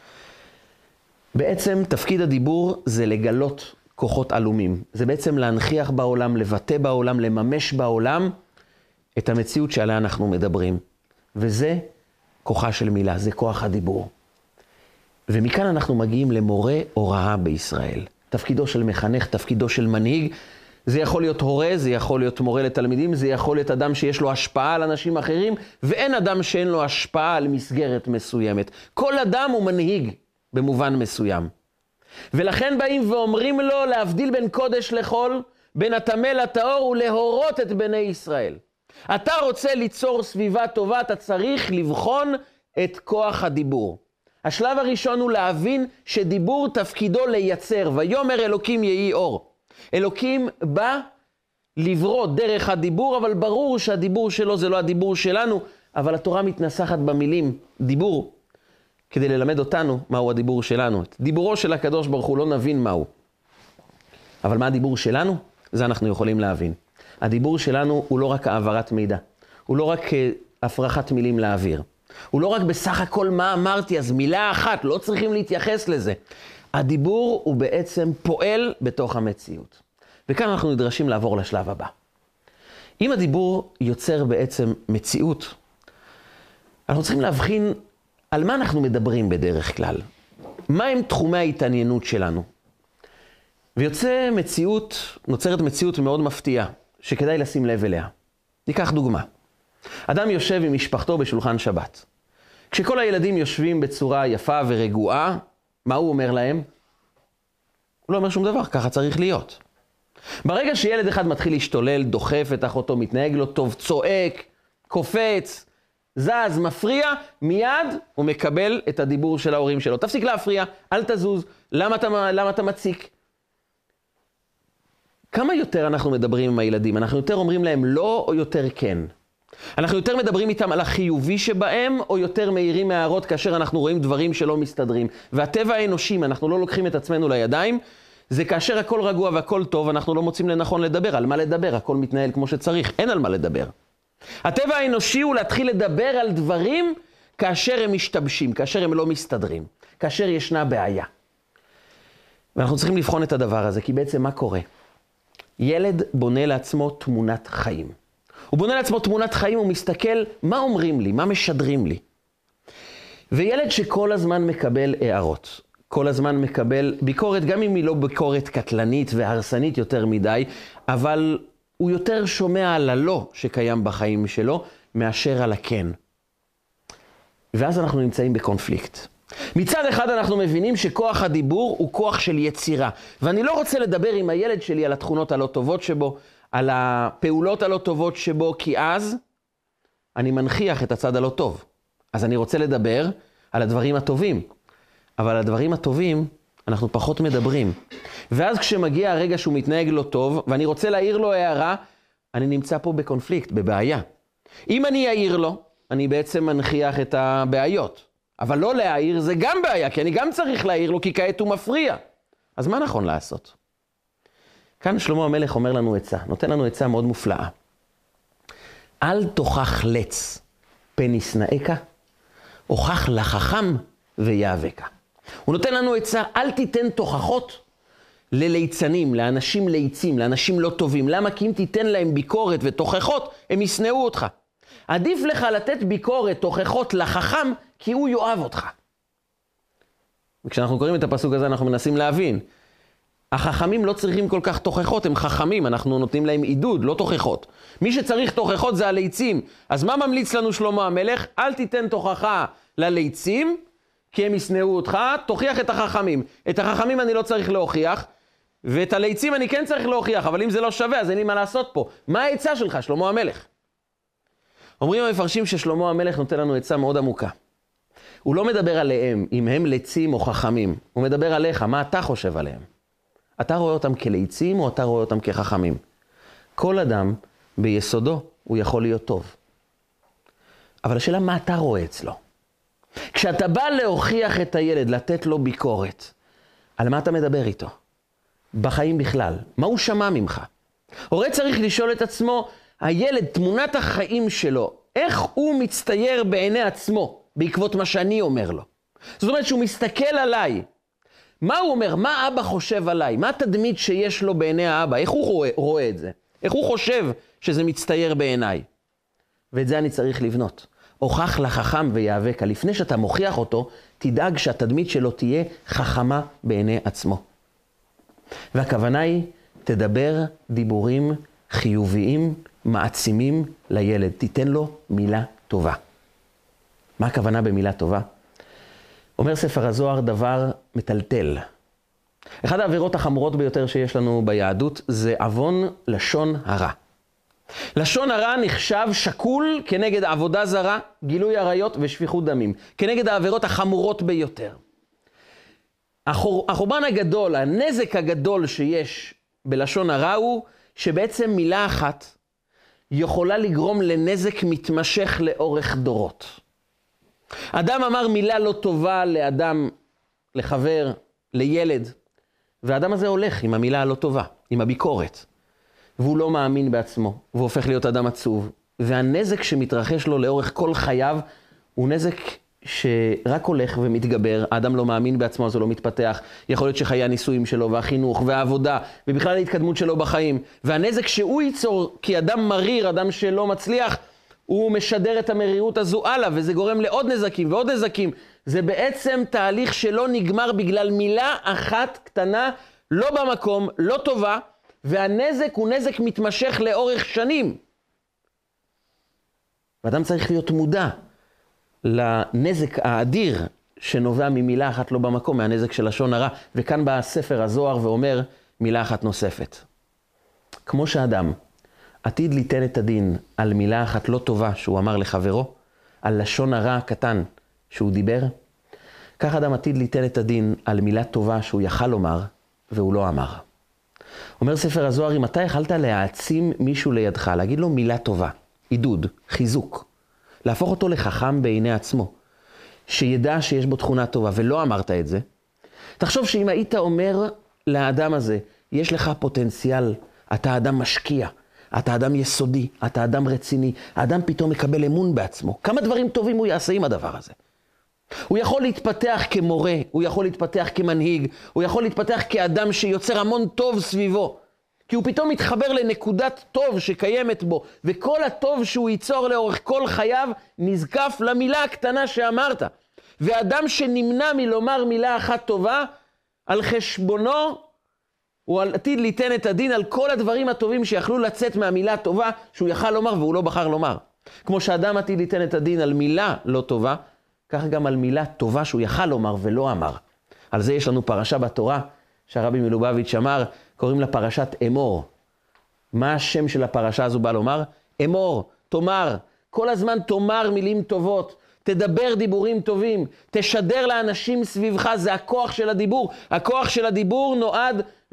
S1: בעצם תפקיד הדיבור זה לגלות כוחות עלומים. זה בעצם להנכיח בעולם, לבטא בעולם, לממש בעולם את המציאות שעליה אנחנו מדברים. וזה כוחה של מילה, זה כוח הדיבור. ומכאן אנחנו מגיעים למורה הוראה בישראל. תפקידו של מחנך, תפקידו של מנהיג. זה יכול להיות הורה, זה יכול להיות מורה לתלמידים, זה יכול להיות אדם שיש לו השפעה על אנשים אחרים, ואין אדם שאין לו השפעה על מסגרת מסוימת. כל אדם הוא מנהיג במובן מסוים. ולכן באים ואומרים לו להבדיל בין קודש לחול, בין הטמא לטהור ולהורות את בני ישראל. אתה רוצה ליצור סביבה טובה, אתה צריך לבחון את כוח הדיבור. השלב הראשון הוא להבין שדיבור תפקידו לייצר, ויאמר אלוקים יהי אור. אלוקים בא לברוא דרך הדיבור, אבל ברור שהדיבור שלו זה לא הדיבור שלנו, אבל התורה מתנסחת במילים דיבור, כדי ללמד אותנו מהו הדיבור שלנו. את דיבורו של הקדוש ברוך הוא לא נבין מהו. אבל מה הדיבור שלנו? זה אנחנו יכולים להבין. הדיבור שלנו הוא לא רק העברת מידע, הוא לא רק הפרחת מילים לאוויר. הוא לא רק בסך הכל מה אמרתי, אז מילה אחת, לא צריכים להתייחס לזה. הדיבור הוא בעצם פועל בתוך המציאות. וכאן אנחנו נדרשים לעבור לשלב הבא. אם הדיבור יוצר בעצם מציאות, אנחנו צריכים להבחין על מה אנחנו מדברים בדרך כלל. מה הם תחומי ההתעניינות שלנו? ויוצא מציאות, נוצרת מציאות מאוד מפתיעה, שכדאי לשים לב אליה. ניקח דוגמה. אדם יושב עם משפחתו בשולחן שבת. כשכל הילדים יושבים בצורה יפה ורגועה, מה הוא אומר להם? הוא לא אומר שום דבר, ככה צריך להיות. ברגע שילד אחד מתחיל להשתולל, דוחף את אחותו, מתנהג לו טוב, צועק, קופץ, זז, מפריע, מיד הוא מקבל את הדיבור של ההורים שלו. תפסיק להפריע, אל תזוז, למה אתה, למה אתה מציק? כמה יותר אנחנו מדברים עם הילדים? אנחנו יותר אומרים להם לא או יותר כן? אנחנו יותר מדברים איתם על החיובי שבהם, או יותר מהירים מהערות כאשר אנחנו רואים דברים שלא מסתדרים. והטבע האנושי, אנחנו לא לוקחים את עצמנו לידיים, זה כאשר הכל רגוע והכל טוב, אנחנו לא מוצאים לנכון לדבר. על מה לדבר? הכל מתנהל כמו שצריך, אין על מה לדבר. הטבע האנושי הוא להתחיל לדבר על דברים כאשר הם משתבשים, כאשר הם לא מסתדרים, כאשר ישנה בעיה. ואנחנו צריכים לבחון את הדבר הזה, כי בעצם מה קורה? ילד בונה לעצמו תמונת חיים. הוא בונה לעצמו תמונת חיים, הוא מסתכל מה אומרים לי, מה משדרים לי. וילד שכל הזמן מקבל הערות, כל הזמן מקבל ביקורת, גם אם היא לא ביקורת קטלנית והרסנית יותר מדי, אבל הוא יותר שומע על הלא שקיים בחיים שלו, מאשר על הכן. ואז אנחנו נמצאים בקונפליקט. מצד אחד אנחנו מבינים שכוח הדיבור הוא כוח של יצירה, ואני לא רוצה לדבר עם הילד שלי על התכונות הלא טובות שבו, על הפעולות הלא טובות שבו, כי אז אני מנכיח את הצד הלא טוב. אז אני רוצה לדבר על הדברים הטובים, אבל על הדברים הטובים אנחנו פחות מדברים. ואז כשמגיע הרגע שהוא מתנהג לא טוב, ואני רוצה להעיר לו הערה, אני נמצא פה בקונפליקט, בבעיה. אם אני אעיר לו, אני בעצם מנחיח את הבעיות. אבל לא להעיר זה גם בעיה, כי אני גם צריך להעיר לו, כי כעת הוא מפריע. אז מה נכון לעשות? כאן שלמה המלך אומר לנו עצה, נותן לנו עצה מאוד מופלאה. אל תוכח לץ פן ישנאך, הוכח לחכם ויאבקה. הוא נותן לנו עצה, אל תיתן תוכחות לליצנים, לאנשים ליצים, לאנשים לא טובים. למה? כי אם תיתן להם ביקורת ותוכחות, הם ישנאו אותך. עדיף לך לתת ביקורת, תוכחות לחכם, כי הוא יאהב אותך. וכשאנחנו קוראים את הפסוק הזה, אנחנו מנסים להבין. החכמים לא צריכים כל כך תוכחות, הם חכמים, אנחנו נותנים להם עידוד, לא תוכחות. מי שצריך תוכחות זה הליצים. אז מה ממליץ לנו שלמה המלך? אל תיתן תוכחה לליצים, כי הם ישנאו אותך, תוכיח את החכמים. את החכמים אני לא צריך להוכיח, ואת הליצים אני כן צריך להוכיח, אבל אם זה לא שווה, אז אין לי מה לעשות פה. מה העצה שלך, שלמה המלך? אומרים המפרשים ששלמה המלך נותן לנו עצה מאוד עמוקה. הוא לא מדבר עליהם, אם הם ליצים או חכמים. הוא מדבר עליך, מה אתה חושב עליהם? אתה רואה אותם כליצים או אתה רואה אותם כחכמים? כל אדם ביסודו הוא יכול להיות טוב. אבל השאלה מה אתה רואה אצלו? כשאתה בא להוכיח את הילד, לתת לו ביקורת, על מה אתה מדבר איתו? בחיים בכלל. מה הוא שמע ממך? הורה צריך לשאול את עצמו, הילד, תמונת החיים שלו, איך הוא מצטייר בעיני עצמו, בעקבות מה שאני אומר לו. זאת אומרת שהוא מסתכל עליי. מה הוא אומר? מה אבא חושב עליי? מה התדמית שיש לו בעיני האבא? איך הוא רואה, רואה את זה? איך הוא חושב שזה מצטייר בעיניי? ואת זה אני צריך לבנות. הוכח לחכם ויאבקה. לפני שאתה מוכיח אותו, תדאג שהתדמית שלו תהיה חכמה בעיני עצמו. והכוונה היא, תדבר דיבורים חיוביים, מעצימים לילד. תיתן לו מילה טובה. מה הכוונה במילה טובה? אומר ספר הזוהר דבר מטלטל. אחד העבירות החמורות ביותר שיש לנו ביהדות זה עוון לשון הרע. לשון הרע נחשב שקול כנגד עבודה זרה, גילוי עריות ושפיכות דמים. כנגד העבירות החמורות ביותר. החור, החורבן הגדול, הנזק הגדול שיש בלשון הרע הוא שבעצם מילה אחת יכולה לגרום לנזק מתמשך לאורך דורות. אדם אמר מילה לא טובה לאדם, לחבר, לילד, והאדם הזה הולך עם המילה הלא טובה, עם הביקורת. והוא לא מאמין בעצמו, והוא הופך להיות אדם עצוב. והנזק שמתרחש לו לאורך כל חייו, הוא נזק שרק הולך ומתגבר. האדם לא מאמין בעצמו, אז הוא לא מתפתח. יכול להיות שחיי הנישואים שלו, והחינוך, והעבודה, ובכלל ההתקדמות שלו בחיים. והנזק שהוא ייצור, כי אדם מריר, אדם שלא מצליח, הוא משדר את המרירות הזו הלאה, וזה גורם לעוד נזקים ועוד נזקים. זה בעצם תהליך שלא נגמר בגלל מילה אחת קטנה, לא במקום, לא טובה, והנזק הוא נזק מתמשך לאורך שנים. ואדם צריך להיות מודע לנזק האדיר שנובע ממילה אחת לא במקום, מהנזק של לשון הרע. וכאן בא ספר הזוהר ואומר מילה אחת נוספת. כמו שאדם עתיד ליתן את הדין על מילה אחת לא טובה שהוא אמר לחברו, על לשון הרע הקטן שהוא דיבר, כך אדם עתיד ליתן את הדין על מילה טובה שהוא יכל לומר והוא לא אמר. אומר ספר הזוהר, אם אתה יכלת להעצים מישהו לידך, להגיד לו מילה טובה, עידוד, חיזוק, להפוך אותו לחכם בעיני עצמו, שידע שיש בו תכונה טובה, ולא אמרת את זה, תחשוב שאם היית אומר לאדם הזה, יש לך פוטנציאל, אתה אדם משקיע, אתה אדם יסודי, אתה אדם רציני, האדם פתאום מקבל אמון בעצמו. כמה דברים טובים הוא יעשה עם הדבר הזה. הוא יכול להתפתח כמורה, הוא יכול להתפתח כמנהיג, הוא יכול להתפתח כאדם שיוצר המון טוב סביבו. כי הוא פתאום מתחבר לנקודת טוב שקיימת בו, וכל הטוב שהוא ייצור לאורך כל חייו נזקף למילה הקטנה שאמרת. ואדם שנמנע מלומר מילה אחת טובה, על חשבונו, הוא עתיד ליתן את הדין על כל הדברים הטובים שיכלו לצאת מהמילה הטובה שהוא יכל לומר והוא לא בחר לומר. כמו שאדם עתיד ליתן את הדין על מילה לא טובה, כך גם על מילה טובה שהוא יכל לומר ולא אמר. על זה יש לנו פרשה בתורה שהרבי מלובביץ' אמר, קוראים לה פרשת אמור. מה השם של הפרשה הזו בא לומר? אמור, תאמר, כל הזמן תאמר מילים טובות, תדבר דיבורים טובים, תשדר לאנשים סביבך, זה הכוח של הדיבור. הכוח של הדיבור נועד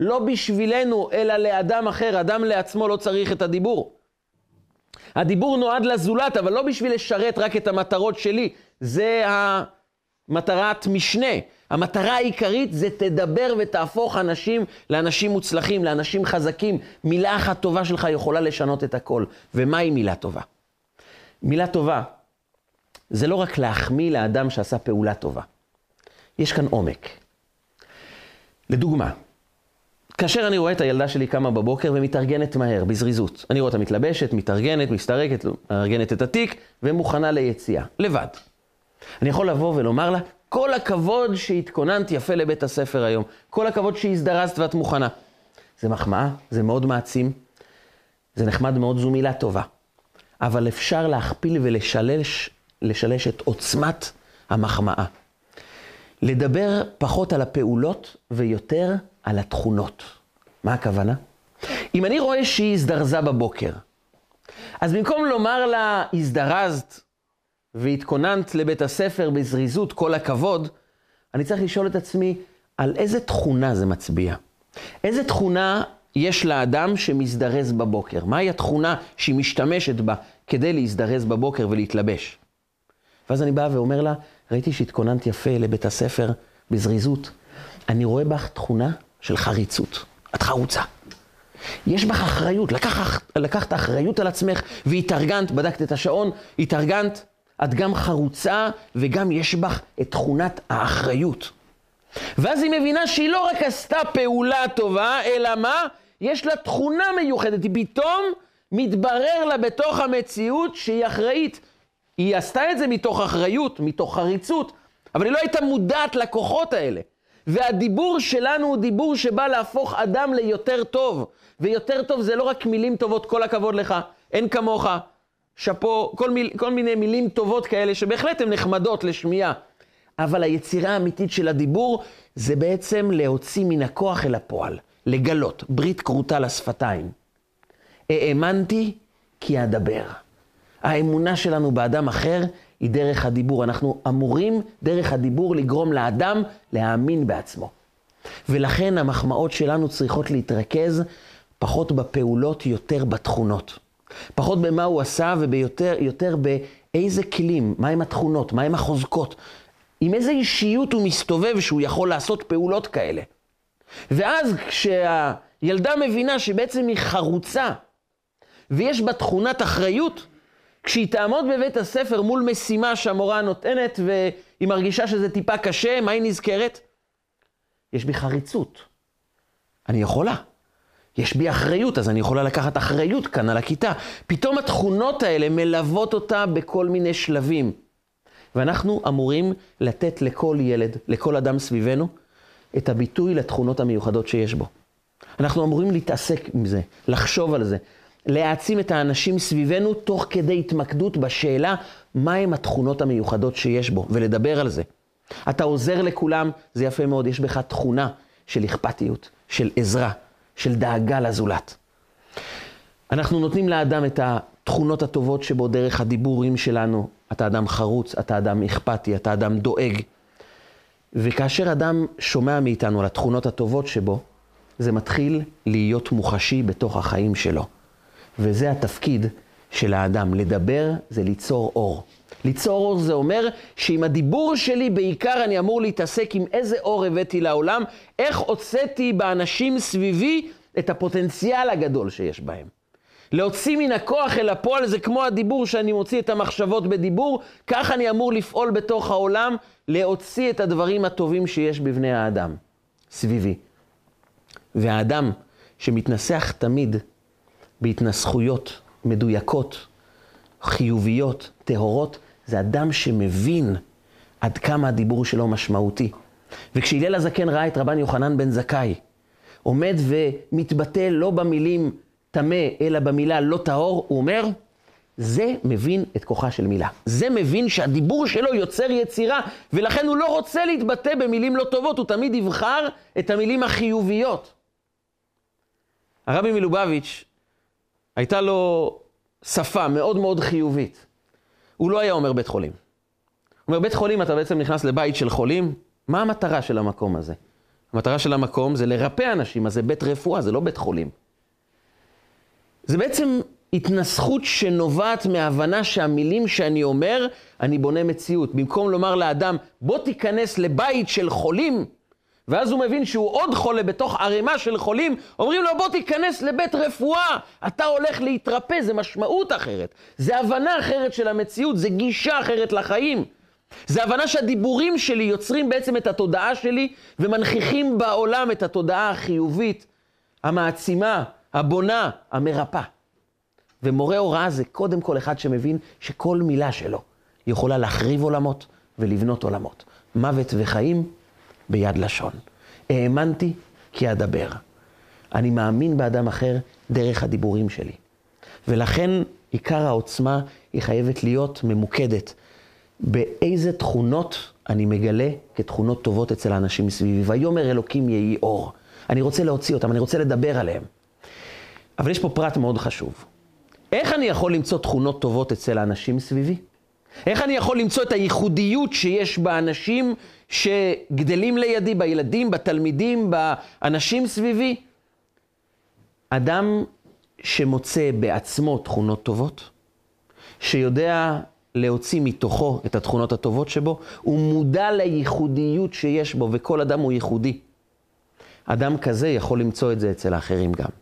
S1: לא בשבילנו, אלא לאדם אחר. אדם לעצמו לא צריך את הדיבור. הדיבור נועד לזולת, אבל לא בשביל לשרת רק את המטרות שלי. זה המטרת משנה. המטרה העיקרית זה תדבר ותהפוך אנשים לאנשים מוצלחים, לאנשים חזקים. מילה אחת טובה שלך יכולה לשנות את הכל. ומהי מילה טובה? מילה טובה זה לא רק להחמיא לאדם שעשה פעולה טובה. יש כאן עומק. לדוגמה, כאשר אני רואה את הילדה שלי קמה בבוקר ומתארגנת מהר, בזריזות. אני רואה אותה מתלבשת, מתארגנת, מסתרקת, מארגנת את התיק ומוכנה ליציאה, לבד. אני יכול לבוא ולומר לה, כל הכבוד שהתכוננת יפה לבית הספר היום. כל הכבוד שהזדרזת ואת מוכנה. זה מחמאה, זה מאוד מעצים. זה נחמד מאוד, זו מילה טובה. אבל אפשר להכפיל ולשלש לשלש את עוצמת המחמאה. לדבר פחות על הפעולות ויותר על התכונות. מה הכוונה? אם אני רואה שהיא הזדרזה בבוקר, אז במקום לומר לה, הזדרזת והתכוננת לבית הספר בזריזות, כל הכבוד, אני צריך לשאול את עצמי, על איזה תכונה זה מצביע? איזה תכונה יש לאדם שמזדרז בבוקר? מהי התכונה שהיא משתמשת בה כדי להזדרז בבוקר ולהתלבש? ואז אני בא ואומר לה, ראיתי שהתכוננת יפה לבית הספר בזריזות. אני רואה בך תכונה של חריצות. את חרוצה. יש בך אחריות. לקח, לקחת אחריות על עצמך והתארגנת, בדקת את השעון, התארגנת. את גם חרוצה וגם יש בך את תכונת האחריות. ואז היא מבינה שהיא לא רק עשתה פעולה טובה, אלא מה? יש לה תכונה מיוחדת. היא פתאום מתברר לה בתוך המציאות שהיא אחראית. היא עשתה את זה מתוך אחריות, מתוך חריצות, אבל היא לא הייתה מודעת לכוחות האלה. והדיבור שלנו הוא דיבור שבא להפוך אדם ליותר טוב. ויותר טוב זה לא רק מילים טובות, כל הכבוד לך, אין כמוך, שפו, כל, מיל, כל מיני מילים טובות כאלה שבהחלט הן נחמדות לשמיעה. אבל היצירה האמיתית של הדיבור זה בעצם להוציא מן הכוח אל הפועל, לגלות, ברית כרותה לשפתיים. האמנתי כי אדבר. האמונה שלנו באדם אחר היא דרך הדיבור. אנחנו אמורים דרך הדיבור לגרום לאדם להאמין בעצמו. ולכן המחמאות שלנו צריכות להתרכז פחות בפעולות, יותר בתכונות. פחות במה הוא עשה וביותר יותר באיזה כלים, מהם התכונות, מהם החוזקות. עם איזה אישיות הוא מסתובב שהוא יכול לעשות פעולות כאלה. ואז כשהילדה מבינה שבעצם היא חרוצה ויש בה תכונת אחריות, כשהיא תעמוד בבית הספר מול משימה שהמורה נותנת והיא מרגישה שזה טיפה קשה, מה היא נזכרת? יש בי חריצות. אני יכולה. יש בי אחריות, אז אני יכולה לקחת אחריות כאן על הכיתה. פתאום התכונות האלה מלוות אותה בכל מיני שלבים. ואנחנו אמורים לתת לכל ילד, לכל אדם סביבנו, את הביטוי לתכונות המיוחדות שיש בו. אנחנו אמורים להתעסק עם זה, לחשוב על זה. להעצים את האנשים סביבנו תוך כדי התמקדות בשאלה מהם התכונות המיוחדות שיש בו, ולדבר על זה. אתה עוזר לכולם, זה יפה מאוד, יש בך תכונה של אכפתיות, של עזרה, של דאגה לזולת. אנחנו נותנים לאדם את התכונות הטובות שבו דרך הדיבורים שלנו, אתה אדם חרוץ, אתה אדם אכפתי, אתה אדם דואג. וכאשר אדם שומע מאיתנו על התכונות הטובות שבו, זה מתחיל להיות מוחשי בתוך החיים שלו. וזה התפקיד של האדם. לדבר זה ליצור אור. ליצור אור זה אומר שעם הדיבור שלי בעיקר אני אמור להתעסק עם איזה אור הבאתי לעולם, איך הוצאתי באנשים סביבי את הפוטנציאל הגדול שיש בהם. להוציא מן הכוח אל הפועל זה כמו הדיבור שאני מוציא את המחשבות בדיבור, כך אני אמור לפעול בתוך העולם, להוציא את הדברים הטובים שיש בבני האדם, סביבי. והאדם שמתנסח תמיד בהתנסחויות מדויקות, חיוביות, טהורות, זה אדם שמבין עד כמה הדיבור שלו משמעותי. וכשהלל הזקן ראה את רבן יוחנן בן זכאי, עומד ומתבטא לא במילים תמה, אלא במילה לא טהור, הוא אומר, זה מבין את כוחה של מילה. זה מבין שהדיבור שלו יוצר יצירה, ולכן הוא לא רוצה להתבטא במילים לא טובות, הוא תמיד יבחר את המילים החיוביות. הרבי מלובביץ' הייתה לו שפה מאוד מאוד חיובית. הוא לא היה אומר בית חולים. הוא אומר, בית חולים אתה בעצם נכנס לבית של חולים, מה המטרה של המקום הזה? המטרה של המקום זה לרפא אנשים, אז זה בית רפואה, זה לא בית חולים. זה בעצם התנסחות שנובעת מההבנה שהמילים שאני אומר, אני בונה מציאות. במקום לומר לאדם, בוא תיכנס לבית של חולים, ואז הוא מבין שהוא עוד חולה בתוך ערימה של חולים, אומרים לו בוא תיכנס לבית רפואה, אתה הולך להתרפא, זה משמעות אחרת. זה הבנה אחרת של המציאות, זה גישה אחרת לחיים. זה הבנה שהדיבורים שלי יוצרים בעצם את התודעה שלי, ומנכיחים בעולם את התודעה החיובית, המעצימה, הבונה, המרפא. ומורה הוראה זה קודם כל אחד שמבין שכל מילה שלו יכולה להחריב עולמות ולבנות עולמות. מוות וחיים ביד לשון. האמנתי כי אדבר. אני מאמין באדם אחר דרך הדיבורים שלי. ולכן עיקר העוצמה היא חייבת להיות ממוקדת באיזה תכונות אני מגלה כתכונות טובות אצל האנשים מסביבי. ויאמר אלוקים יהי אור. אני רוצה להוציא אותם, אני רוצה לדבר עליהם. אבל יש פה פרט מאוד חשוב. איך אני יכול למצוא תכונות טובות אצל האנשים סביבי? איך אני יכול למצוא את הייחודיות שיש באנשים שגדלים לידי, בילדים, בתלמידים, באנשים סביבי? אדם שמוצא בעצמו תכונות טובות, שיודע להוציא מתוכו את התכונות הטובות שבו, הוא מודע לייחודיות שיש בו, וכל אדם הוא ייחודי. אדם כזה יכול למצוא את זה אצל האחרים גם.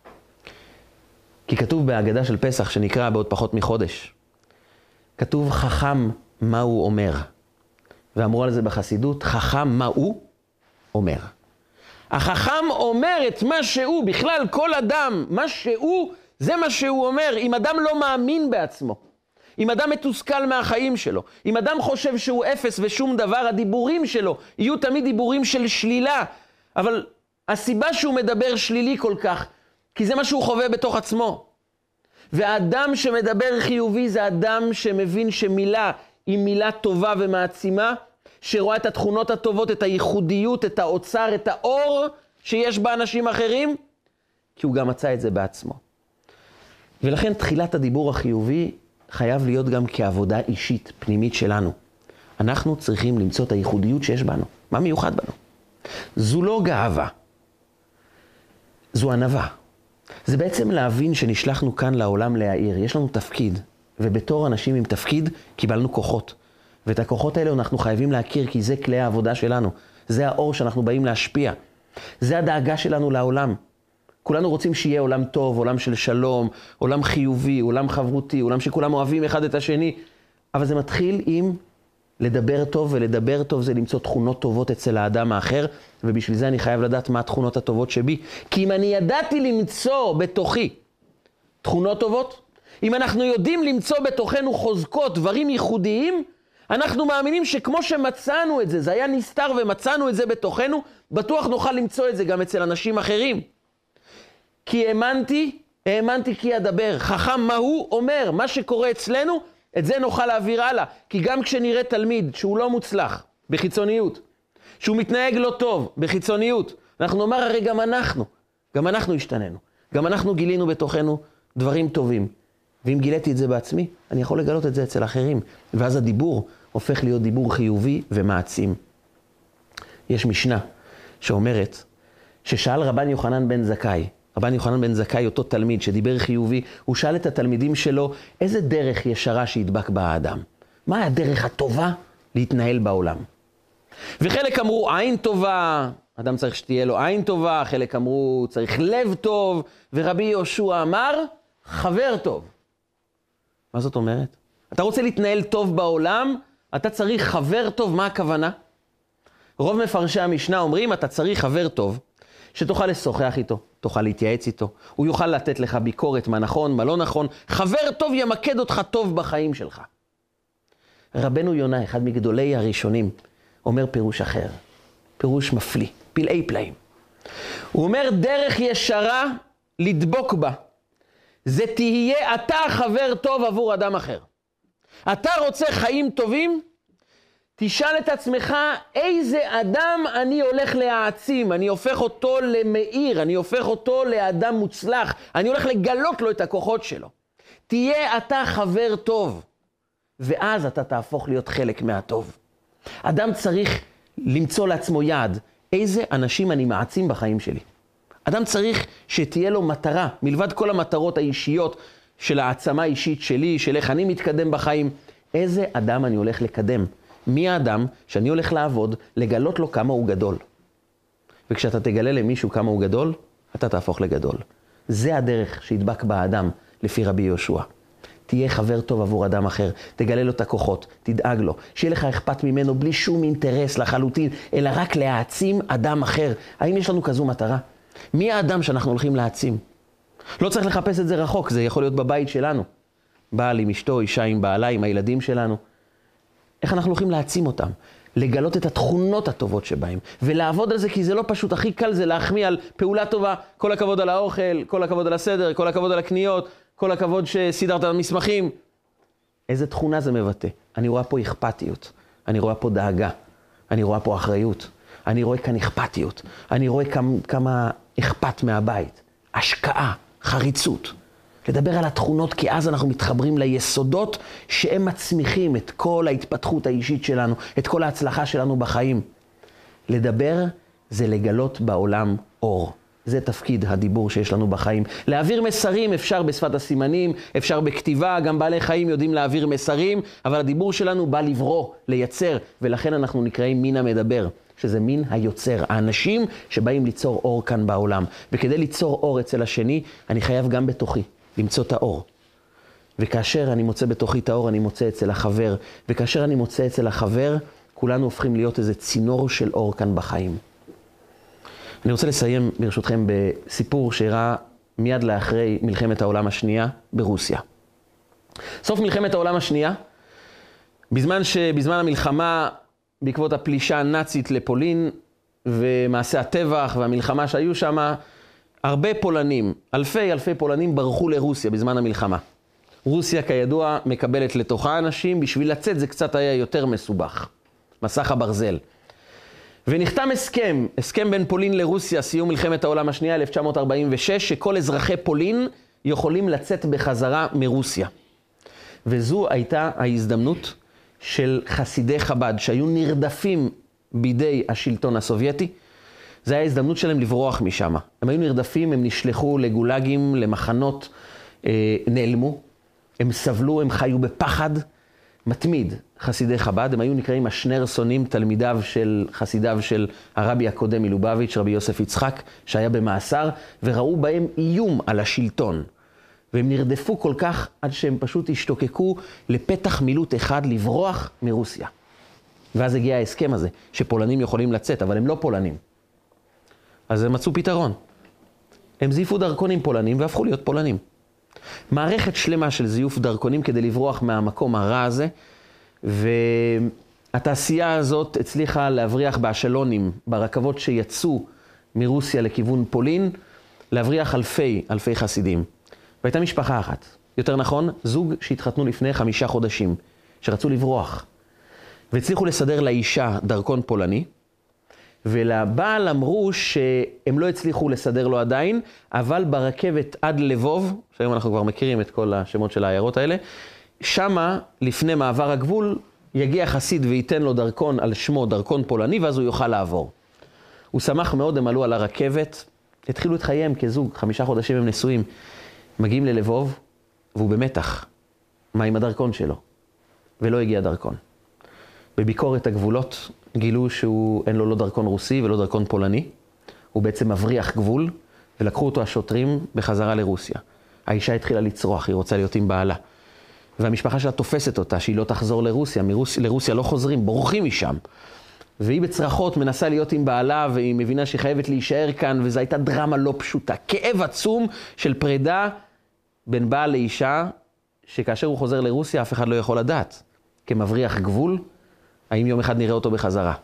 S1: כי כתוב בהגדה של פסח שנקרא בעוד פחות מחודש, כתוב חכם מה הוא אומר. ואמרו על זה בחסידות, חכם מה הוא אומר. החכם אומר את מה שהוא, בכלל כל אדם, מה שהוא, זה מה שהוא אומר. אם אדם לא מאמין בעצמו, אם אדם מתוסכל מהחיים שלו, אם אדם חושב שהוא אפס ושום דבר, הדיבורים שלו יהיו תמיד דיבורים של שלילה. אבל הסיבה שהוא מדבר שלילי כל כך, כי זה מה שהוא חווה בתוך עצמו. והאדם שמדבר חיובי זה אדם שמבין שמילה היא מילה טובה ומעצימה, שרואה את התכונות הטובות, את הייחודיות, את האוצר, את האור שיש באנשים אחרים, כי הוא גם מצא את זה בעצמו. ולכן תחילת הדיבור החיובי חייב להיות גם כעבודה אישית, פנימית שלנו. אנחנו צריכים למצוא את הייחודיות שיש בנו. מה מיוחד בנו? זו לא גאווה, זו ענווה. זה בעצם להבין שנשלחנו כאן לעולם להעיר. יש לנו תפקיד, ובתור אנשים עם תפקיד קיבלנו כוחות. ואת הכוחות האלה אנחנו חייבים להכיר, כי זה כלי העבודה שלנו. זה האור שאנחנו באים להשפיע. זה הדאגה שלנו לעולם. כולנו רוצים שיהיה עולם טוב, עולם של שלום, עולם חיובי, עולם חברותי, עולם שכולם אוהבים אחד את השני. אבל זה מתחיל עם לדבר טוב, ולדבר טוב זה למצוא תכונות טובות אצל האדם האחר, ובשביל זה אני חייב לדעת מה התכונות הטובות שבי. כי אם אני ידעתי למצוא בתוכי תכונות טובות, אם אנחנו יודעים למצוא בתוכנו חוזקות, דברים ייחודיים, אנחנו מאמינים שכמו שמצאנו את זה, זה היה נסתר ומצאנו את זה בתוכנו, בטוח נוכל למצוא את זה גם אצל אנשים אחרים. כי האמנתי, האמנתי כי אדבר. חכם מה הוא אומר, מה שקורה אצלנו, את זה נוכל להעביר הלאה. כי גם כשנראה תלמיד שהוא לא מוצלח בחיצוניות, שהוא מתנהג לא טוב בחיצוניות, אנחנו נאמר הרי גם אנחנו, גם אנחנו השתננו. גם אנחנו גילינו בתוכנו דברים טובים. ואם גיליתי את זה בעצמי, אני יכול לגלות את זה אצל אחרים. ואז הדיבור הופך להיות דיבור חיובי ומעצים. יש משנה שאומרת ששאל רבן יוחנן בן זכאי, רבן יוחנן בן זכאי, אותו תלמיד שדיבר חיובי, הוא שאל את התלמידים שלו, איזה דרך ישרה שידבק בה האדם? מה הדרך הטובה להתנהל בעולם? וחלק אמרו עין טובה, אדם צריך שתהיה לו עין טובה, חלק אמרו צריך לב טוב, ורבי יהושע אמר חבר טוב. מה זאת אומרת? אתה רוצה להתנהל טוב בעולם, אתה צריך חבר טוב. מה הכוונה? רוב מפרשי המשנה אומרים, אתה צריך חבר טוב, שתוכל לשוחח איתו, תוכל להתייעץ איתו, הוא יוכל לתת לך ביקורת מה נכון, מה לא נכון. חבר טוב ימקד אותך טוב בחיים שלך. רבנו יונה, אחד מגדולי הראשונים, אומר פירוש אחר, פירוש מפליא, פלאי פלאים. הוא אומר, דרך ישרה לדבוק בה, זה תהיה אתה חבר טוב עבור אדם אחר. אתה רוצה חיים טובים? תשאל את עצמך איזה אדם אני הולך להעצים, אני הופך אותו למאיר, אני הופך אותו לאדם מוצלח, אני הולך לגלות לו את הכוחות שלו. תהיה אתה חבר טוב, ואז אתה תהפוך להיות חלק מהטוב. אדם צריך למצוא לעצמו יעד, איזה אנשים אני מעצים בחיים שלי. אדם צריך שתהיה לו מטרה, מלבד כל המטרות האישיות של העצמה האישית שלי, של איך אני מתקדם בחיים. איזה אדם אני הולך לקדם? מי האדם שאני הולך לעבוד, לגלות לו כמה הוא גדול. וכשאתה תגלה למישהו כמה הוא גדול, אתה תהפוך לגדול. זה הדרך שידבק באדם, לפי רבי יהושע. תהיה חבר טוב עבור אדם אחר, תגלה לו את הכוחות, תדאג לו, שיהיה לך אכפת ממנו בלי שום אינטרס לחלוטין, אלא רק להעצים אדם אחר. האם יש לנו כזו מטרה? מי האדם שאנחנו הולכים להעצים? לא צריך לחפש את זה רחוק, זה יכול להיות בבית שלנו. בעל עם אשתו, אישה עם בעלה, עם הילדים שלנו. איך אנחנו הולכים להעצים אותם? לגלות את התכונות הטובות שבהם, ולעבוד על זה, כי זה לא פשוט. הכי קל זה להחמיא על פעולה טובה, כל הכבוד על האוכל, כל הכבוד על הסדר, כל הכבוד על הקניות, כל הכבוד שסידרת המסמכים. איזה תכונה זה מבטא? אני רואה פה אכפתיות, אני רואה פה דאגה, אני רואה פה אחריות, אני רואה כאן אכפתיות, אני רואה כמה, כמה אכפת מהבית, השקעה, חריצות. לדבר על התכונות, כי אז אנחנו מתחברים ליסודות שהם מצמיחים את כל ההתפתחות האישית שלנו, את כל ההצלחה שלנו בחיים. לדבר זה לגלות בעולם אור. זה תפקיד הדיבור שיש לנו בחיים. להעביר מסרים אפשר בשפת הסימנים, אפשר בכתיבה, גם בעלי חיים יודעים להעביר מסרים, אבל הדיבור שלנו בא לברוא, לייצר, ולכן אנחנו נקראים מין המדבר, שזה מין היוצר, האנשים שבאים ליצור אור כאן בעולם. וכדי ליצור אור אצל השני, אני חייב גם בתוכי למצוא את האור. וכאשר אני מוצא בתוכי את האור, אני מוצא אצל החבר, וכאשר אני מוצא אצל החבר, כולנו הופכים להיות איזה צינור של אור כאן בחיים. אני רוצה לסיים ברשותכם בסיפור שאירע מיד לאחרי מלחמת העולם השנייה ברוסיה. סוף מלחמת העולם השנייה, בזמן שבזמן המלחמה, בעקבות הפלישה הנאצית לפולין, ומעשה הטבח והמלחמה שהיו שם, הרבה פולנים, אלפי אלפי פולנים ברחו לרוסיה בזמן המלחמה. רוסיה כידוע מקבלת לתוכה אנשים, בשביל לצאת זה קצת היה יותר מסובך. מסך הברזל. ונחתם הסכם, הסכם בין פולין לרוסיה, סיום מלחמת העולם השנייה, אלף תשע מאות ארבעים ושש, שכל אזרחי פולין יכולים לצאת בחזרה מרוסיה. וזו הייתה ההזדמנות של חסידי חב"ד, שהיו נרדפים בידי השלטון הסובייטי. זה היה ההזדמנות שלהם לברוח משם. הם היו נרדפים, הם נשלחו לגולגים, למחנות, אה, נעלמו. הם סבלו, הם חיו בפחד מתמיד. חסידי חב"ד, הם היו נקראים השנרסונים, תלמידיו של חסידיו של הרבי הקודם מלובביץ', רבי יוסף יצחק, שהיה במאסר, וראו בהם איום על השלטון. והם נרדפו כל כך עד שהם פשוט השתוקקו לפתח מילוט אחד לברוח מרוסיה. ואז הגיע ההסכם הזה, שפולנים יכולים לצאת, אבל הם לא פולנים. אז הם מצאו פתרון. הם זייפו דרכונים פולנים והפכו להיות פולנים. מערכת שלמה של זיוף דרכונים כדי לברוח מהמקום הרע הזה, והתעשייה הזאת הצליחה להבריח באשלונים, ברכבות שיצאו מרוסיה לכיוון פולין, להבריח אלפי, אלפי חסידים. והייתה משפחה אחת, יותר נכון, זוג שהתחתנו לפני חמישה חודשים, שרצו לברוח. והצליחו לסדר לאישה דרכון פולני, ולבעל אמרו שהם לא הצליחו לסדר לו עדיין, אבל ברכבת עד לבוב, שהיום אנחנו כבר מכירים את כל השמות של העיירות האלה, שמה, לפני מעבר הגבול, יגיע חסיד וייתן לו דרכון על שמו, דרכון פולני, ואז הוא יוכל לעבור. הוא שמח מאוד, הם עלו על הרכבת, התחילו את חייהם כזוג, חמישה חודשים הם נשואים, מגיעים ללבוב, והוא במתח. מה עם הדרכון שלו? ולא הגיע דרכון. בביקורת הגבולות גילו שהוא אין לו לא דרכון רוסי ולא דרכון פולני. הוא בעצם מבריח גבול, ולקחו אותו השוטרים בחזרה לרוסיה. האישה התחילה לצרוח, היא רוצה להיות עם בעלה. והמשפחה שלה תופסת אותה, שהיא לא תחזור לרוסיה. מרוס... לרוסיה לא חוזרים, בורחים משם. והיא בצרחות מנסה להיות עם בעלה, והיא מבינה שהיא חייבת להישאר כאן, וזו הייתה דרמה לא פשוטה. כאב עצום של פרידה בין בעל לאישה, שכאשר הוא חוזר לרוסיה, אף אחד לא יכול לדעת. כמבריח גבול, האם יום אחד נראה אותו בחזרה.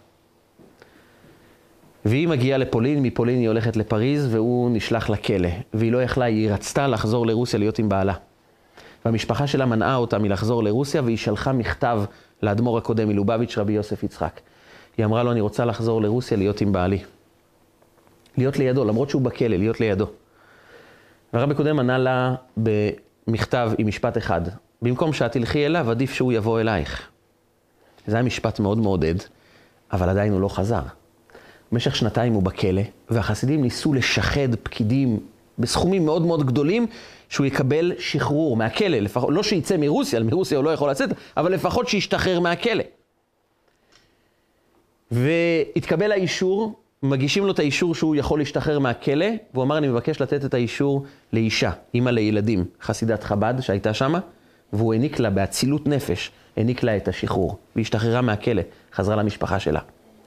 S1: והיא מגיעה לפולין, מפולין היא הולכת לפריז, והוא נשלח לכלא. והיא לא יכלה, היא רצתה לחזור לרוסיה להיות עם בעלה. והמשפחה שלה מנעה אותה מלחזור לרוסיה, והיא שלחה מכתב לאדמו"ר הקודם מלובביץ', רבי יוסף יצחק. היא אמרה לו, אני רוצה לחזור לרוסיה להיות עם בעלי. להיות לידו, למרות שהוא בכלא, להיות לידו. והרבי הקודם ענה לה במכתב עם משפט אחד. במקום שאת תלכי אליו, עדיף שהוא יבוא אלייך. זה היה משפט מאוד מעודד, אבל עדיין הוא לא חזר. במשך שנתיים הוא בכלא, והחסידים ניסו לשחד פקידים בסכומים מאוד מאוד גדולים, שהוא יקבל שחרור מהכלא, לפחות, לא שיצא מרוסיה, מרוסיה הוא לא יכול לצאת, אבל לפחות שישתחרר מהכלא. והתקבל האישור, מגישים לו את האישור שהוא יכול להשתחרר מהכלא, והוא אמר, אני מבקש לתת את האישור לאישה, אמא לילדים, חסידת חב"ד שהייתה שמה, והוא העניק לה באצילות נפש, העניק לה את השחרור, והשתחררה מהכלא, חזרה למשפחה שלה.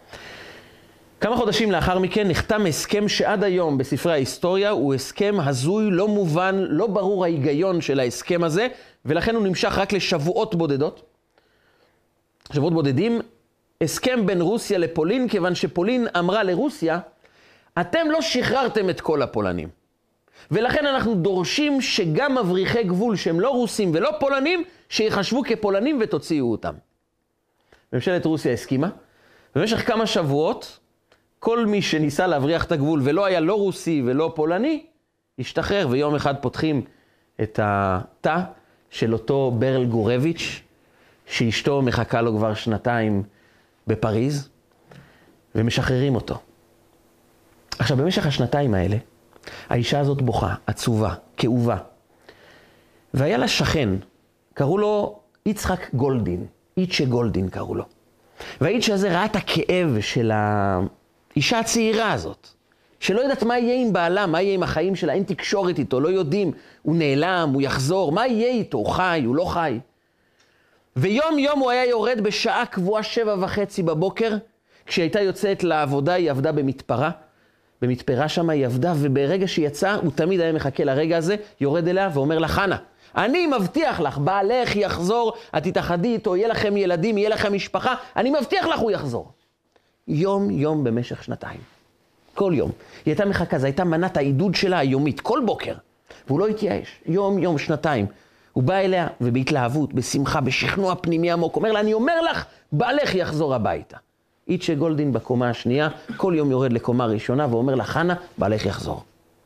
S1: כמה חודשים לאחר מכן נחתם הסכם שעד היום בספרי ההיסטוריה הוא הסכם הזוי, לא מובן, לא ברור ההיגיון של ההסכם הזה, ולכן הוא נמשך רק לשבועות בודדות. שבועות בודדים, הסכם בין רוסיה לפולין, כיוון שפולין אמרה לרוסיה, אתם לא שחררתם את כל הפולנים. ולכן אנחנו דורשים שגם מבריחי גבול שהם לא רוסים ולא פולנים, שיחשבו כפולנים ותוציאו אותם. ממשלת רוסיה הסכימה, במשך כמה שבועות, כל מי שניסה להבריח את הגבול ולא היה לא רוסי ולא פולני, השתחרר, ויום אחד פותחים את התא של אותו ברל גורביץ', שאשתו מחכה לו כבר שנתיים בפריז, ומשחררים אותו. עכשיו, במשך השנתיים האלה, האישה הזאת בוכה, עצובה, כאובה. והיה לה שכן, קראו לו יצחק גולדין, איצ'ה גולדין קראו לו. והאיצ'ה הזה ראה את הכאב של האישה הצעירה הזאת, שלא יודעת מה יהיה עם בעלה, מה יהיה עם החיים שלה, אין תקשורת איתו, לא יודעים, הוא נעלם, הוא יחזור, מה יהיה איתו, הוא חי, הוא לא חי. ויום יום הוא היה יורד בשעה קבועה שבע וחצי בבוקר, כשהייתה יוצאת לעבודה, היא עבדה במתפרה, במתפרה שם היא עבדה, וברגע שהיא יצאה, הוא תמיד היה מחכה לרגע הזה, יורד אליה ואומר לה, חנה, אני מבטיח לך, בעלך יחזור, את תתאחדי איתו, יהיה לכם ילדים, יהיה לכם משפחה, אני מבטיח לך הוא יחזור. יום יום במשך שנתיים. כל יום. היא הייתה מחכה, זו הייתה מנת העידוד שלה היומית, כל בוקר. והוא לא התייאש. יום יום שנתיים. הוא בא אליה ובהתלהבות, בשמחה, בשכנוע פנימי עמוק, אומר לה, אני אומר לך, בעלך יחזור הביתה. איצ'ה גולדין בקומה השנייה, כל יום יורד לקומה ראשונה ואומר לה, חנה, בעלך יחזור.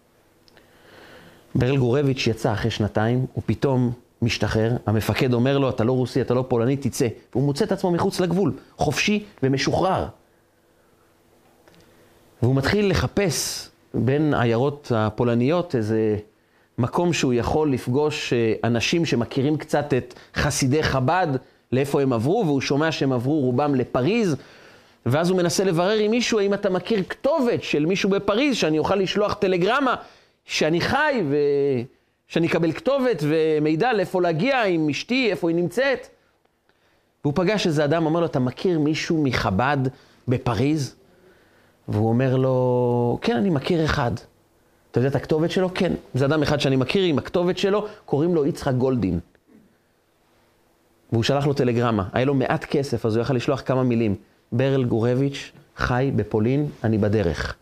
S1: ברל גורביץ' יצא אחרי שנתיים, הוא פתאום משתחרר, המפקד אומר לו, אתה לא רוסי, אתה לא פולני, תצא. והוא מוצא את עצמו מחוץ לגבול, חופשי ומשוחרר. והוא מתחיל לחפש בין העיירות הפולניות איזה מקום שהוא יכול לפגוש אנשים שמכירים קצת את חסידי חב"ד, לאיפה הם עברו, והוא שומע שהם עברו רובם לפריז, ואז הוא מנסה לברר עם מישהו, האם אתה מכיר כתובת של מישהו בפריז, שאני אוכל לשלוח טלגרמה, שאני חי ושאני אקבל כתובת ומידע לאיפה להגיע עם אשתי, איפה היא נמצאת. והוא פגש איזה אדם, אומר לו, אתה מכיר מישהו מחב"ד בפריז? והוא אומר לו, כן, אני מכיר אחד. אתה יודע את הכתובת שלו? כן. זה אדם אחד שאני מכיר עם הכתובת שלו, קוראים לו יצחק גולדין. והוא שלח לו טלגרמה. היה לו מעט כסף, אז הוא יכל לשלוח כמה מילים. ברל גורביץ' חי בפולין, אני בדרך.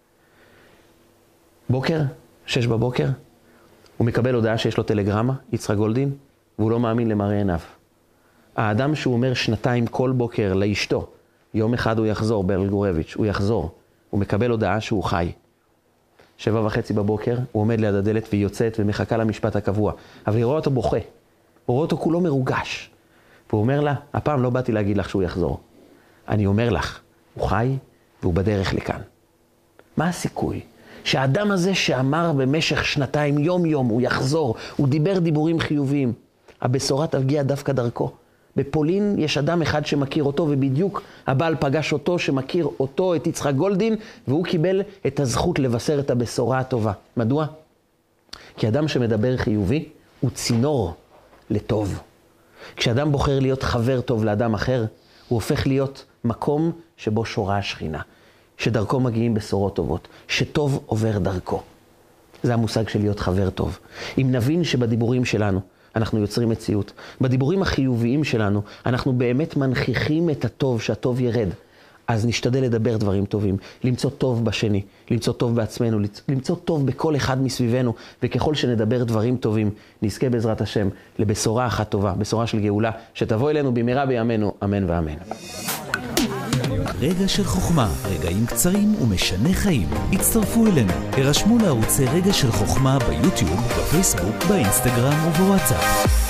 S1: בוקר, שש בבוקר, הוא מקבל הודעה שיש לו טלגרמה, יצחק גולדין, והוא לא מאמין למראה עיניו. האדם שהוא אומר שנתיים כל בוקר לאשתו, יום אחד הוא יחזור, ברל גורביץ', הוא יחזור. הוא מקבל הודעה שהוא חי. שבע וחצי בבוקר, הוא עומד ליד הדלת והיא יוצאת ומחכה למשפט הקבוע. אבל היא רואה אותו בוכה. הוא רואה אותו כולו מרוגש. והוא אומר לה, הפעם לא באתי להגיד לך שהוא יחזור. אני אומר לך, הוא חי והוא בדרך לכאן. מה הסיכוי? שהאדם הזה שאמר במשך שנתיים, יום יום, הוא יחזור, הוא דיבר דיבורים חיוביים. הבשורה תגיע דווקא דרכו. בפולין יש אדם אחד שמכיר אותו, ובדיוק הבעל פגש אותו שמכיר אותו, את יצחק גולדין, והוא קיבל את הזכות לבשר את הבשורה הטובה. מדוע? כי אדם שמדבר חיובי הוא צינור לטוב. כשאדם בוחר להיות חבר טוב לאדם אחר, הוא הופך להיות מקום שבו שורה השכינה, שדרכו מגיעים בשורות טובות, שטוב עובר דרכו. זה המושג של להיות חבר טוב. אם נבין שבדיבורים שלנו, אנחנו יוצרים מציאות. בדיבורים החיוביים שלנו, אנחנו באמת מנכיחים את הטוב, שהטוב ירד. אז נשתדל לדבר דברים טובים, למצוא טוב בשני, למצוא טוב בעצמנו, למצוא טוב בכל אחד מסביבנו, וככל שנדבר דברים טובים, נזכה בעזרת השם לבשורה אחת טובה, בשורה של גאולה, שתבוא אלינו במהרה בימינו, אמן ואמן.
S2: רגע של חוכמה, רגעים קצרים ומשנה חיים. הצטרפו אלינו, הרשמו לערוצי רגע של חוכמה ביוטיוב, בפייסבוק, באינסטגרם ובוואטסאפ.